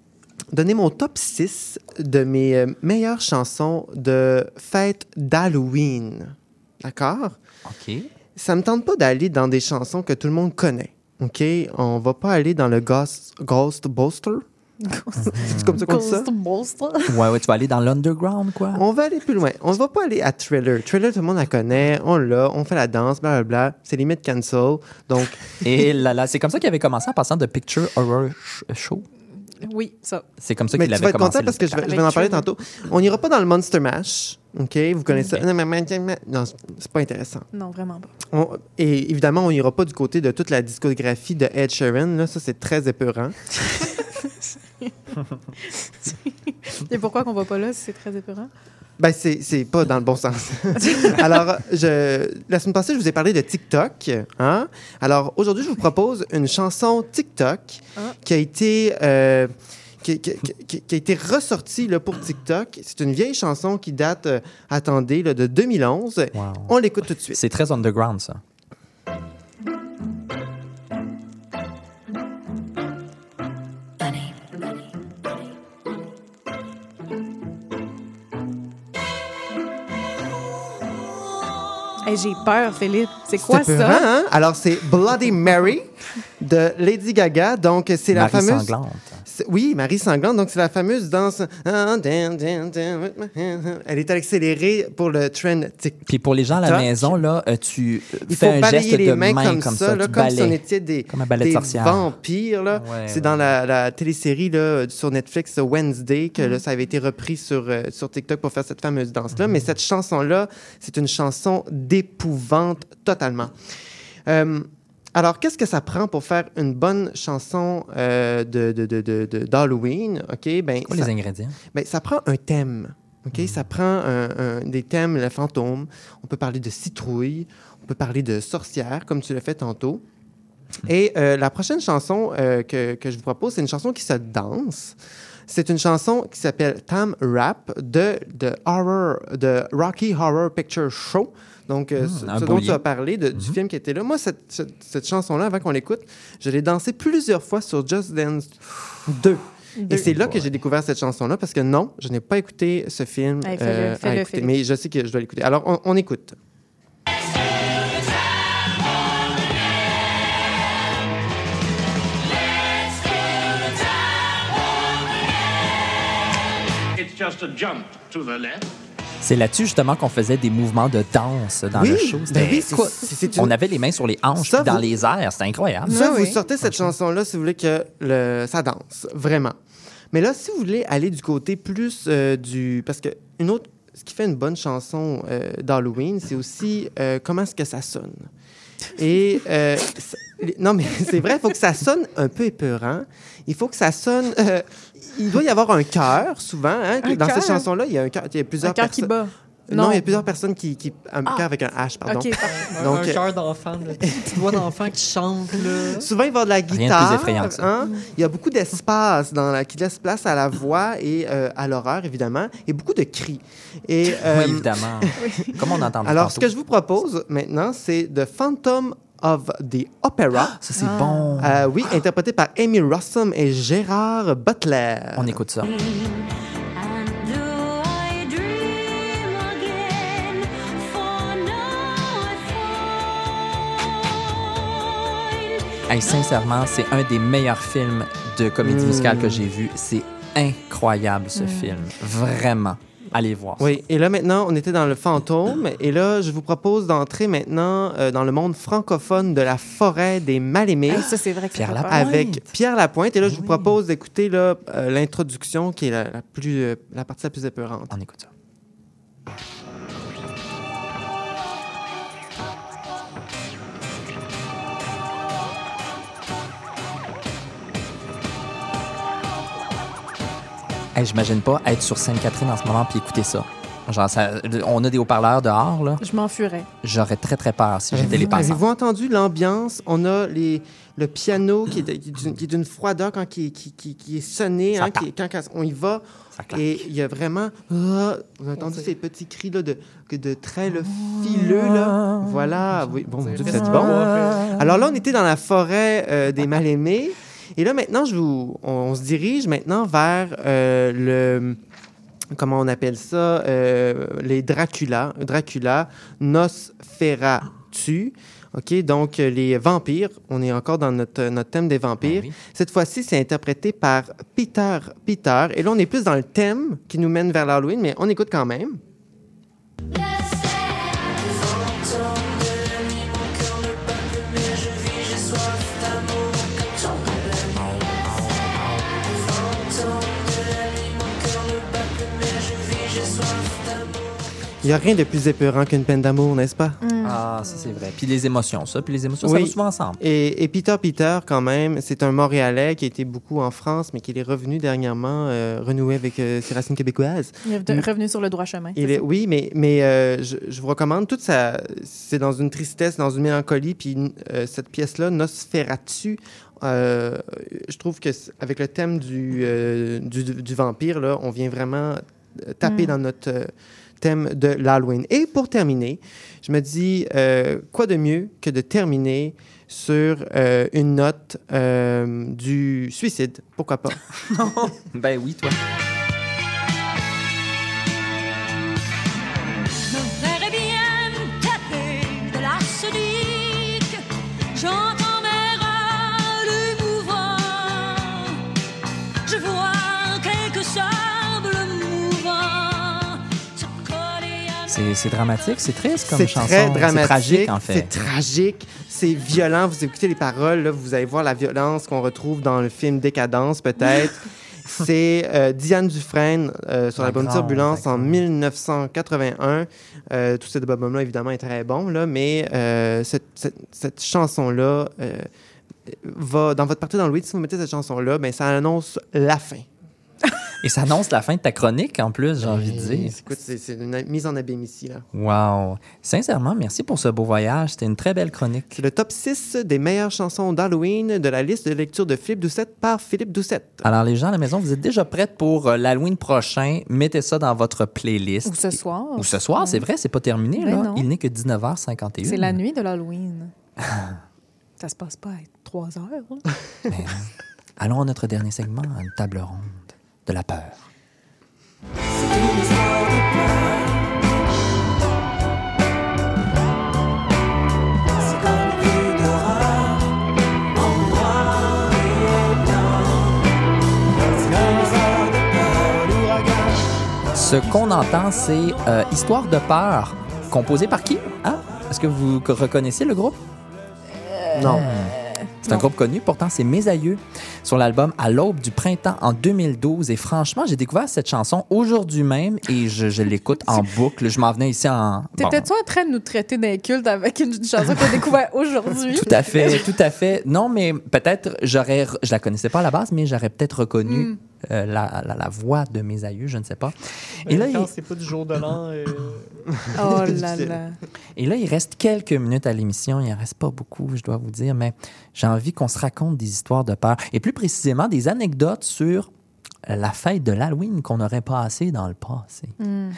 donner mon top six de mes euh, meilleures chansons de fête d'Halloween. D'accord? OK. Ça me tente pas d'aller dans des chansons que tout le monde connaît. OK? On va pas aller dans le Ghost, Ghostbuster. C'est comme ça qu'on dit ça? Ouais, ouais, tu vas aller dans l'underground, quoi. On va aller plus loin. On va pas aller à Thriller. Thriller, tout le monde la connaît. On l'a, on fait la danse, blablabla. C'est limite cancel. Donc... Et là, là, c'est comme ça qu'il avait commencé en passant de Picture Horror Show. Oui, ça. C'est comme ça Mais qu'il tu avait vas être commencé. content parce que je vais, je vais en parler tantôt. On n'ira pas dans le Monster Mash. OK? Vous connaissez Okay. ça? Non, mais, non, c'est pas intéressant. Non, vraiment pas. On, et évidemment, on n'ira pas du côté de toute la discographie de Ed Sheeran. Là, ça, c'est très épeurant. Et pourquoi qu'on va pas là si c'est très épeurant? Ben, c'est, c'est pas dans le bon sens. Alors, je, la semaine passée, je vous ai parlé de TikTok. Hein? Alors, aujourd'hui, je vous propose une chanson TikTok ah. qui a été... Euh, Qui, qui, qui, qui a été ressortie là, pour TikTok. C'est une vieille chanson qui date, euh, attendez, là, de deux mille onze. Wow. On l'écoute tout de suite. C'est très underground, ça. Hey, j'ai peur, Philippe. C'est quoi C'est ça? peurant, hein? Alors, c'est Bloody Mary de Lady Gaga. Donc, c'est la Marie fameuse... sanglante. C'est- Oui, Marie sanglante. Donc, c'est la fameuse danse... Elle est accélérée pour le trend TikTok. Puis pour les gens à la TikTok. maison, là, euh, tu Il fais faut un balayer geste les de mains main comme, comme ça, ça, là, tu comme si on balais. était des, Comme un balai de des sorcière. vampires. Là. Ouais, c'est ouais. dans la, la télésérie là, sur Netflix Wednesday que là, ça avait été repris sur, euh, sur TikTok pour faire cette fameuse danse-là. Mais cette chanson-là, c'est une chanson d'épouvante totalement. Euh, alors, qu'est-ce que ça prend pour faire une bonne chanson euh, de, de, de, de, de- d'Halloween? OK, ben, Quoi ça, les ingrédients? ben, ça prend un thème. OK? Ça prend un- un- des thèmes, le fantôme. On peut parler de citrouille. On peut parler de sorcière, comme tu l'as fait tantôt. Et euh, la prochaine chanson euh, que, que je vous propose, c'est une chanson qui se danse. C'est une chanson qui s'appelle Tam Rap de, de, horror, de Rocky Horror Picture Show. Donc, euh, Mmh, ce, un ce beau dont tu lien. as parlé, de- du film qui était là. Moi, cette, cette, cette chanson-là, avant qu'on l'écoute, je l'ai dansée plusieurs fois sur Just Dance deux. Deux. Et c'est là que j'ai découvert cette chanson-là, parce que non, je n'ai pas écouté ce film. Hey, fais-le, euh, à fais-le, écouter. Philippe. Mais je sais que je dois l'écouter. Alors, on, on écoute. It's just a jump to the left. C'est là-dessus, justement, qu'on faisait des mouvements de danse dans Oui, le show. ben C'était oui, c'est- cool. c'est- c'est une- On avait les mains sur les hanches, Ça, puis dans vous- les airs. C'était incroyable. Ça, Oui, vous oui. sortez cette chanson-là si vous voulez que le, ça danse, vraiment. Mais là, si vous voulez aller du côté plus euh, du... Parce que une autre, ce qui fait une bonne chanson euh, d'Halloween, c'est aussi euh, comment est-ce que ça sonne. Et... euh, ça- les- non, mais c'est vrai, il faut que ça sonne un peu épeurant. Il faut que ça sonne... euh, il doit y avoir un cœur, souvent. Hein, que Un dans cœur? cette chanson-là, il y a un cœur. Il y a plusieurs Un cœur qui personnes- bat. Non, Non. il y a plusieurs personnes qui... qui un Ah. cœur avec un H, pardon. OK, parfait. Un, Donc, un cœur d'enfant, là, des petits doigts d'enfant qui chantent. Là. Souvent, il va y avoir de la Rien de plus guitare. effrayant que ça. Hein? Il y a beaucoup d'espace dans la, qui laisse place à la voix et euh, à l'horreur, évidemment, et beaucoup de cris. Et, euh, Oui, évidemment. Comme on entend alors, ce que je vous propose maintenant, c'est The Phantom of the Opera. Ça, c'est bon. Euh, oui, interprété par Amy Rossum et Gérard Butler. On écoute ça. And do I dream again? For now I find Hey, sincèrement, c'est un des meilleurs films de comédie Mm. musicale que j'ai vu. C'est incroyable, ce film. Vraiment. Allez voir ça. Oui, et là maintenant, on était dans le fantôme, et là, je vous propose d'entrer maintenant euh, dans le monde francophone de la forêt des mal-aimés. Hey, ça, c'est vrai que Pierre ça fait peur. Lapointe. Avec Pierre Lapointe. Et là, je vous Oui. propose d'écouter là, euh, l'introduction qui est la, la plus, euh, la partie la plus épeurante. On écoute ça. Hey, j'imagine pas être sur Sainte-Catherine en ce moment puis écouter ça. Genre, ça, on a des haut-parleurs dehors, là. Je m'enfuirais. J'aurais très, très peur si j'étais les Avez-vous passants. avez-vous entendu l'ambiance? On a les, le piano qui est, de- qui est d'une- qui est d'une froideur quand qui, qui, qui, qui est sonné, Ça hein, qui est- quand, quand on y va. Ça claque. Et il y a vraiment... Ah, vous avez entendu ces petits cris là, de, que de traits là, fileux. Là. Voilà. Oui, bon, mon Dieu, vous êtes bon. Alors là, on était dans la forêt euh, des mal-aimés. Et là, maintenant, je vous, on, on se dirige maintenant vers euh, le... Comment on appelle ça? Euh, les Dracula. Dracula, Nosferatu. OK, donc les vampires. On est encore dans notre, notre thème des vampires. Ah oui. Cette fois-ci, c'est interprété par Peter Peter. Et là, on est plus dans le thème qui nous mène vers l'Halloween, mais on écoute quand même. Il n'y a rien de plus épeurant qu'une peine d'amour, n'est-ce pas? Mm. Ah, ça, c'est vrai. Puis les émotions, ça. Puis les émotions, oui. ça va souvent ensemble. Et, et Peter Peter, quand même, c'est un Montréalais qui a été beaucoup en France, mais qui est revenu dernièrement, euh, renouer avec euh, ses racines québécoises. Il est revenu sur le droit chemin. Il est, oui, mais, mais euh, je, je vous recommande, toute sa, c'est dans une tristesse, dans une mélancolie, puis euh, cette pièce-là, Nosferatu, euh, je trouve qu'avec le thème du, euh, du, du vampire, là, on vient vraiment taper mm. dans notre... Euh, thème de l'Halloween. Et pour terminer, je me dis, euh, quoi de mieux que de terminer sur euh, une note euh, du suicide? Pourquoi pas? Ben oui, toi. Me verrais bien taper de l'arsenic. J'entends mes râles mouvants. Je vois quelques sables mouvants. C'est, c'est dramatique, c'est triste comme c'est chanson. Très dramatique, c'est tragique, en fait. C'est tragique, c'est violent. Vous écoutez les paroles, là, vous allez voir la violence qu'on retrouve dans le film Décadence, peut-être. C'est euh, Diane Dufresne euh, sur l'album Turbulence en dix-neuf cent quatre-vingt-un. Euh, tout cet album-là, évidemment, est très bon, là, mais euh, cette, cette, cette chanson-là euh, va... Dans votre partie dans le week, si vous mettez cette chanson-là, ben, ça annonce la fin. Et ça annonce la fin de ta chronique, en plus, j'ai envie de dire. Écoute, c'est, c'est une mise en abîme ici, là. Wow! Sincèrement, merci pour ce beau voyage. C'était une très belle chronique. C'est le top six des meilleures chansons d'Halloween de la liste de lecture de Philippe Doucette par Philippe Doucette. Alors, les gens à la maison, vous êtes déjà prêtes pour euh, l'Halloween prochain. Mettez ça dans votre playlist. Ou ce soir. Ou ce soir, ouais. C'est vrai, c'est pas terminé, ben là. Non. Il n'est que dix-neuf heures cinquante et un. C'est la nuit de l'Halloween. Ça se passe pas à trois heures, là. Ben, allons à notre dernier segment, une table ronde de la peur. C'est une histoire de peur. C'est comme une vue d'horreur en noir et blanc. C'est une histoire de peur, l'ouragan. Ce qu'on entend, c'est euh, Histoire de peur, composé par qui? Hein? Est-ce que vous reconnaissez le groupe? Euh... Non. C'est un groupe connu, pourtant c'est Mes Aïeux, sur l'album À l'aube du printemps en deux mille douze. Et franchement, j'ai découvert cette chanson aujourd'hui même et je, je l'écoute en boucle. Je m'en venais ici en... T'étais-tu bon. en train de nous traiter d'inculte avec une chanson qu'on a découvert aujourd'hui? Tout à fait, tout à fait. Non, mais peut-être, j'aurais... Je la connaissais pas à la base, mais j'aurais peut-être reconnu... Mm. Euh, la, la, la voix de Mes Aïeux, je ne sais pas. Et là, quand il... c'est pas du jour de l'an... Euh... oh là là! Et là, il reste quelques minutes à l'émission. Il en reste pas beaucoup, je dois vous dire, mais j'ai envie qu'on se raconte des histoires de peur. Et plus précisément, des anecdotes sur la fête de l'Halloween qu'on aurait passée dans le passé. Mm.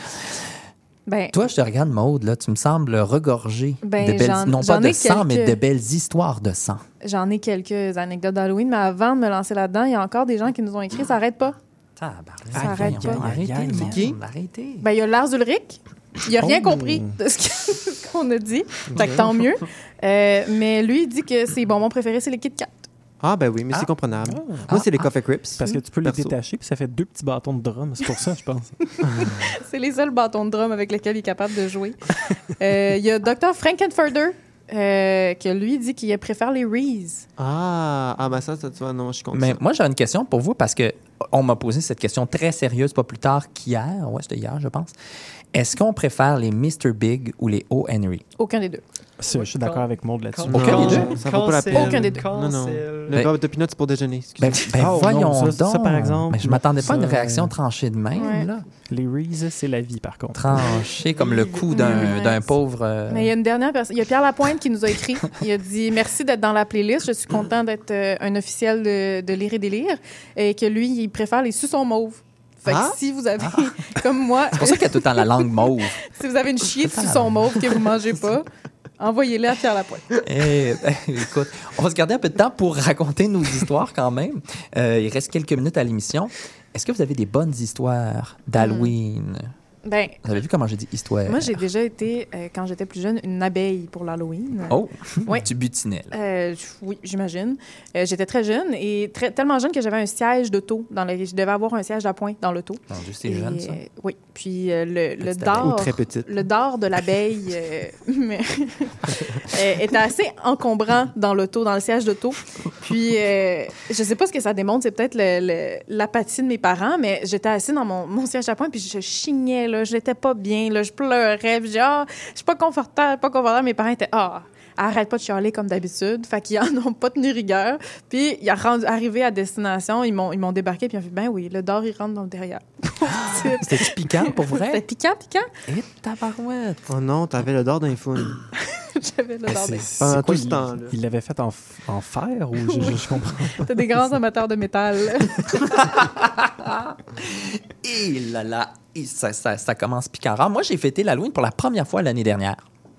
Ben, toi, je te regarde, Maude, là, tu me sembles regorger ben, de belles, non pas de sang, quelques... mais de belles histoires de sang. J'en ai quelques anecdotes d'Halloween, mais avant de me lancer là-dedans, il y a encore des gens qui nous ont écrit « Ça arrête pas ». Ça arrête pas. Arrêtez, c'est qui? Arrêtez. Ben, il y a Lars Ulrich. Il n'a rien oh. compris de ce qu'on a dit. Fait que tant mieux. Euh, mais lui, il dit que ses bonbons préférés, c'est les Kit Kat. Ah, ben oui, mais ah. c'est comprenable. Ah. Moi, ah. c'est les ah. Coffee Crips. Parce que tu peux les détacher, puis ça fait deux petits bâtons de drum. C'est pour ça, je pense. C'est les seuls bâtons de drum avec lesquels il est capable de jouer. Euh, il y a docteur Frankenfurter, euh, qui lui dit qu'il préfère les Reese. Ah, ah ben ça, ça, tu vois, non, je suis contre Mais ça. moi, j'ai une question pour vous, parce que on m'a posé cette question très sérieuse, pas plus tard qu'hier. Ouais, c'était hier, je pense. Est-ce qu'on préfère les mister Big ou les O. Henry? Aucun des deux. Ça, je suis d'accord avec Maud là-dessus. Aucun des deux? Ça vaut pas la peine. Aucun des deux. Non, non. Le ben, beurre de peanut, c'est pour déjeuner. Ben, ben oh, voyons non, ça, donc. Ça, par exemple. Mais je m'attendais pas à une ça, réaction tranchée de même. Ouais. Là. Les Reese, c'est la vie, par contre. Tranchée comme le cou d'un, ouais. d'un pauvre... Euh... Mais il y a une dernière personne. Il y a Pierre Lapointe qui nous a écrit. Il a dit « Merci d'être dans la playlist. Je suis content d'être euh, un officiel de, de Lire et Délire. » Et que lui, il préfère les suçons mauves. Fait que ah? si vous avez, comme moi... C'est pour ça qu'il y a tout le temps la langue mauve. Si vous avez une chier de suçon mauve que vous ne mangez pas, Envoyez-les à Pierre Lapointe. Eh, ben, écoute, on va se garder un peu de temps pour raconter nos histoires quand même. Euh, il reste quelques minutes à l'émission. Est-ce que vous avez des bonnes histoires d'Halloween? Ben, Vous avez vu comment j'ai dit histoire? moi, j'ai déjà été, euh, quand j'étais plus jeune, une abeille pour l'Halloween. Oh, Ouais. tu butinais, là. Euh, oui, j'imagine. Euh, j'étais très jeune et très, tellement jeune que j'avais un siège d'auto. Dans le, je devais avoir un siège d'appoint dans l'auto. Mon Dieu, c'est Et, jeune, ça. euh, oui. Puis euh, le, le Petite dard... Ou très petite. Le dard de l'abeille euh, mais- euh, était assez encombrant dans l'auto, dans le siège d'auto. Puis, euh, je sais pas ce que ça démontre, c'est peut-être le- le- l'apathie de mes parents, mais j'étais assise dans mon, mon siège d'appoint, puis je chignais, là, je n'étais pas bien, là, je pleurais, puis je dis, ah, je suis pas confortable, pas confortable. Mes parents étaient, ah, arrête pas de chialer comme d'habitude. Fait qu'ils en ont pas tenu rigueur. Puis, ils sont arrivés à destination, ils m'ont, ils m'ont débarqué, puis ils ont fait, ben oui, le dard, il rentre dans le derrière. C'était piquant, pour C'était vrai? piquant, piquant. Et tabarouette! Oh non, t'avais le dard d'un fouine. J'avais le Mais dard. c'est- de- c'est Pendant quoi, tout ce il- temps-là. Il l'avait fait en, f- en fer ou je, je, je comprends pas. T'as des grands amateurs de métal. Et là là, et ça, ça, ça commence piquant. Alors, moi, j'ai fêté l'Halloween pour la première fois l'année dernière.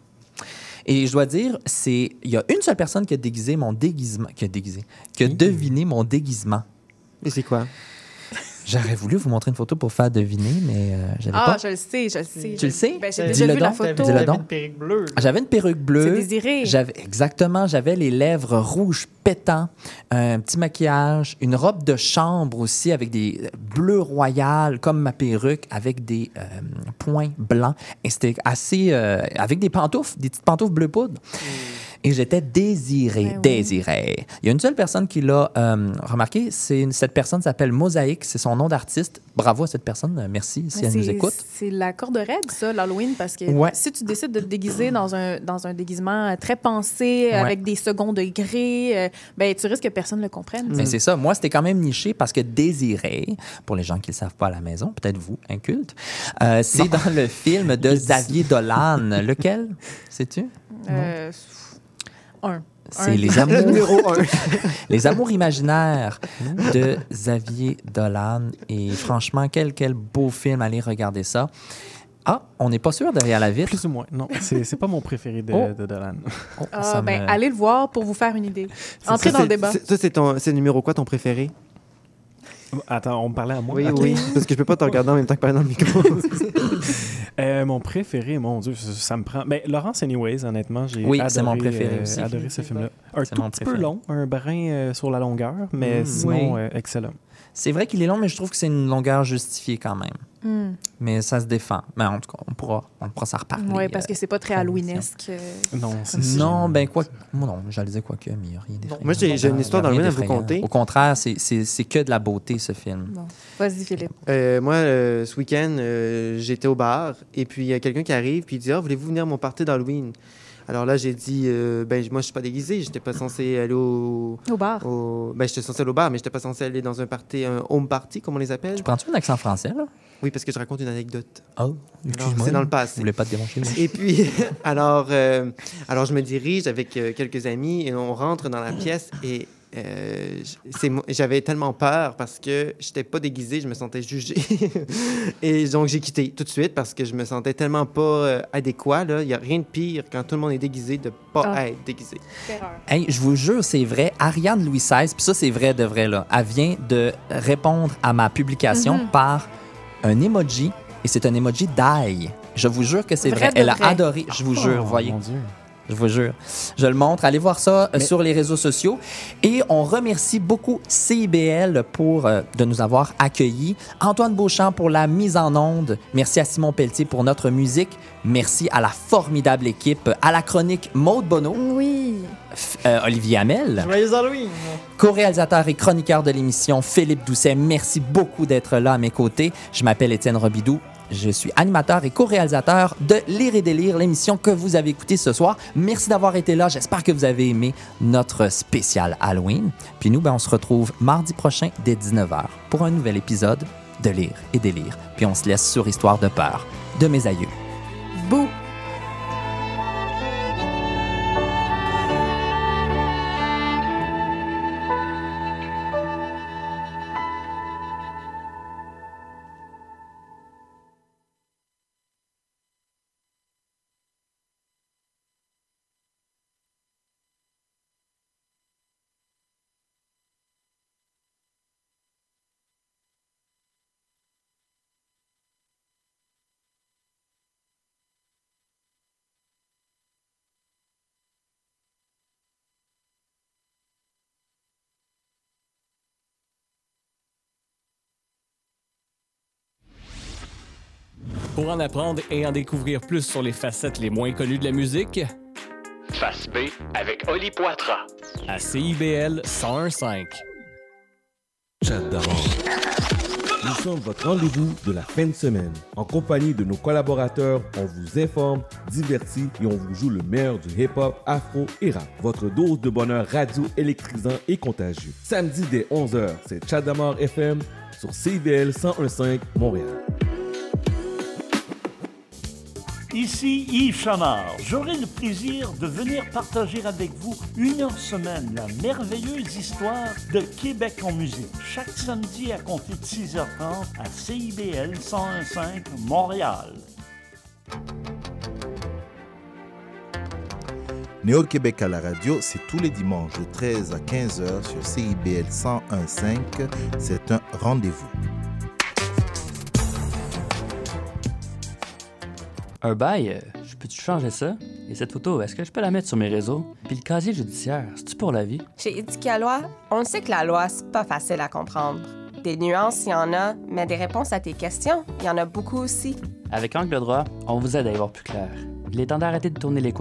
Et je dois dire, c'est il y a une seule personne qui a déguisé mon déguisement, qui a déguisé, qui a deviné mon déguisement. Et c'est quoi? J'aurais voulu vous montrer une photo pour faire deviner, mais euh, j'avais Ah, pas. je le sais, je le sais. Tu le sais? Ben, j'ai Euh, déjà dis-le vu la donc. photo. Dis-le T'avais donc. une perruque bleue. J'avais une perruque bleue. C'est Désiré. J'avais exactement, j'avais les lèvres rouges pétants, un petit maquillage, une robe de chambre aussi avec des bleus royales comme ma perruque avec des euh, points blancs et c'était assez euh, avec des pantoufles, des petites pantoufles bleu poudre. Et j'étais désirée, Ben oui. désirée. Il y a une seule personne qui l'a euh, remarqué, c'est une- cette personne s'appelle Mosaïque, c'est son nom d'artiste. Bravo à cette personne, euh, merci si Mais elle nous c'est- écoute. C'est la corde raide, ça, l'Halloween, parce que Ouais. si tu décides de te déguiser dans un, dans un déguisement très pensé, Ouais. avec des seconds degrés, euh, ben, tu risques que personne ne le comprenne. Mais c'est ça. Moi, c'était quand même niché parce que Désiré, pour les gens qui ne le savent pas à la maison, peut-être vous, inculte, euh, c'est dans le film de Xavier Dolan. Lequel, sais-tu? Euh, un. C'est Un. les Le amours, numéro un. les amours imaginaires de Xavier Dolan. Et franchement, quel, quel beau film. Allez regarder ça. Ah, on n'est pas sûr derrière la vitre. Plus ou moins. Non, c'est c'est pas mon préféré de, Oh. de Dolan. Oh, Ah, ça ben, me- allez le voir pour vous faire une idée. Ça, Entrez dans le c'est- débat. c'est- Ça, c'est ton, c'est le numéro quoi, ton préféré? Attends, on me parlait à moi. Oui, Ok. oui. Parce que je peux pas te regarder en même temps que parler dans le micro. Euh, mon préféré, mon Dieu, ça, ça me prend. Ben, Laurence Anyways, honnêtement, j'ai Oui, adoré, c'est mon préféré euh, aussi. adoré ce film-là. Un C'est tout mon petit peu préféré. long, un brin euh, sur la longueur, mais Mm. sinon, Oui. euh, excellent. C'est vrai qu'il est long, mais je trouve que c'est une longueur justifiée quand même. Hmm. Mais ça se défend. Mais en tout cas, on pourra, on pourra s'en reparler. Oui, parce que c'est pas très euh, Halloweenesque. euh. Non, c'est Euh, ça. non, ben quoi. Moi, non, j'allais dire quoi que, mais il n'y a rien d'effrayant. Moi, j'ai- j'ai une Il y a histoire rien d'Halloween à vous d'effrayant. conter. Au contraire, c'est- c'est c'est que de la beauté, ce film. Bon. Vas-y, Philippe. Euh, moi, euh, ce week-end, euh, j'étais au bar et puis il y a quelqu'un qui arrive puis il dit « Ah, voulez-vous venir à mon party d'Halloween? » Alors là, j'ai dit euh, Ben, moi, je suis pas déguisé. J'étais pas censé aller au... Au bar. au... Ben, j'étais censé aller au bar, mais j'étais pas censé aller dans un party, un home party, comme on les appelle. Tu prends-tu un accent français, là? Oui, parce que je raconte une anecdote. Oh, Alors, excuse-moi. c'est dans le Je passé. voulais pas te déranger. mais- Et puis, alors, euh, alors, je me dirige avec euh, quelques amis et on rentre dans la pièce et euh, j- c'est mo- j'avais tellement peur parce que je n'étais pas déguisé, je me sentais jugé. Et donc, j'ai quitté tout de suite parce que je me sentais tellement pas euh, adéquat. là. Il n'y a rien de pire quand tout le monde est déguisé de pas Ah. être déguisé. Hey, je vous jure, c'est vrai. Ariane Louis seize, puis ça, c'est vrai de vrai, là. Elle vient de répondre à ma publication Mhm. par un emoji, et c'est un emoji d'ail. Je vous jure que c'est Vrai vrai. de Elle a vrai. adoré. Je vous jure, Oh, voyez. Mon Dieu. Je vous jure. Je le montre. Allez voir ça euh, Mais- sur les réseaux sociaux. Et on remercie beaucoup C I B L pour, euh, de nous avoir accueillis. Antoine Beauchamp pour la mise en onde. Merci à Simon Pelletier pour notre musique. Merci à la formidable équipe. À la chronique Maude Bonneau, Oui. F- euh, Olivier Hamel, Joyeux Halloween! co-réalisateur et chroniqueur de l'émission Philippe Doucet. Merci beaucoup d'être là à mes côtés. Je m'appelle Étienne Robidoux. Je suis animateur et co-réalisateur de Lire et délire, l'émission que vous avez écoutée ce soir. Merci d'avoir été là. J'espère que vous avez aimé notre spécial Halloween. Puis nous, ben, on se retrouve mardi prochain dès dix-neuf heures pour un nouvel épisode de Lire et délire. Puis on se laisse sur Histoire de peur de mes aïeux. Bouh. Pour en apprendre et en découvrir plus sur les facettes les moins connues de la musique, Face B avec Oli Poitras. À C I B L cent un virgule cinq. Chat d'avance. Nous sommes votre rendez-vous de la fin de semaine. En compagnie de nos collaborateurs, on vous informe, divertit et on vous joue le meilleur du hip-hop, afro et rap. Votre dose de bonheur radio électrisant et contagieux. Samedi dès onze heures, c'est Chat d'Amour F M sur C I B L cent un virgule cinq Montréal. Ici Yves Chamard. J'aurai le plaisir de venir partager avec vous une heure semaine la merveilleuse histoire de Québec en musique. Chaque samedi à compter de six heures trente à C I B L cent un virgule cinq Montréal. Néo-Québec à la radio, c'est tous les dimanches de treize à quinze heures sur C I B L cent un virgule cinq. C'est un rendez-vous. Un bail, euh, je peux-tu changer ça? Et cette photo, est-ce que je peux la mettre sur mes réseaux? Puis le casier judiciaire, c'est-tu pour la vie? Chez Éducalois, on sait que la loi, c'est pas facile à comprendre. Des nuances, il y en a, mais des réponses à tes questions, il y en a beaucoup aussi. Avec Angle droit, on vous aide à y voir plus clair. Il est temps d'arrêter de tourner les coins.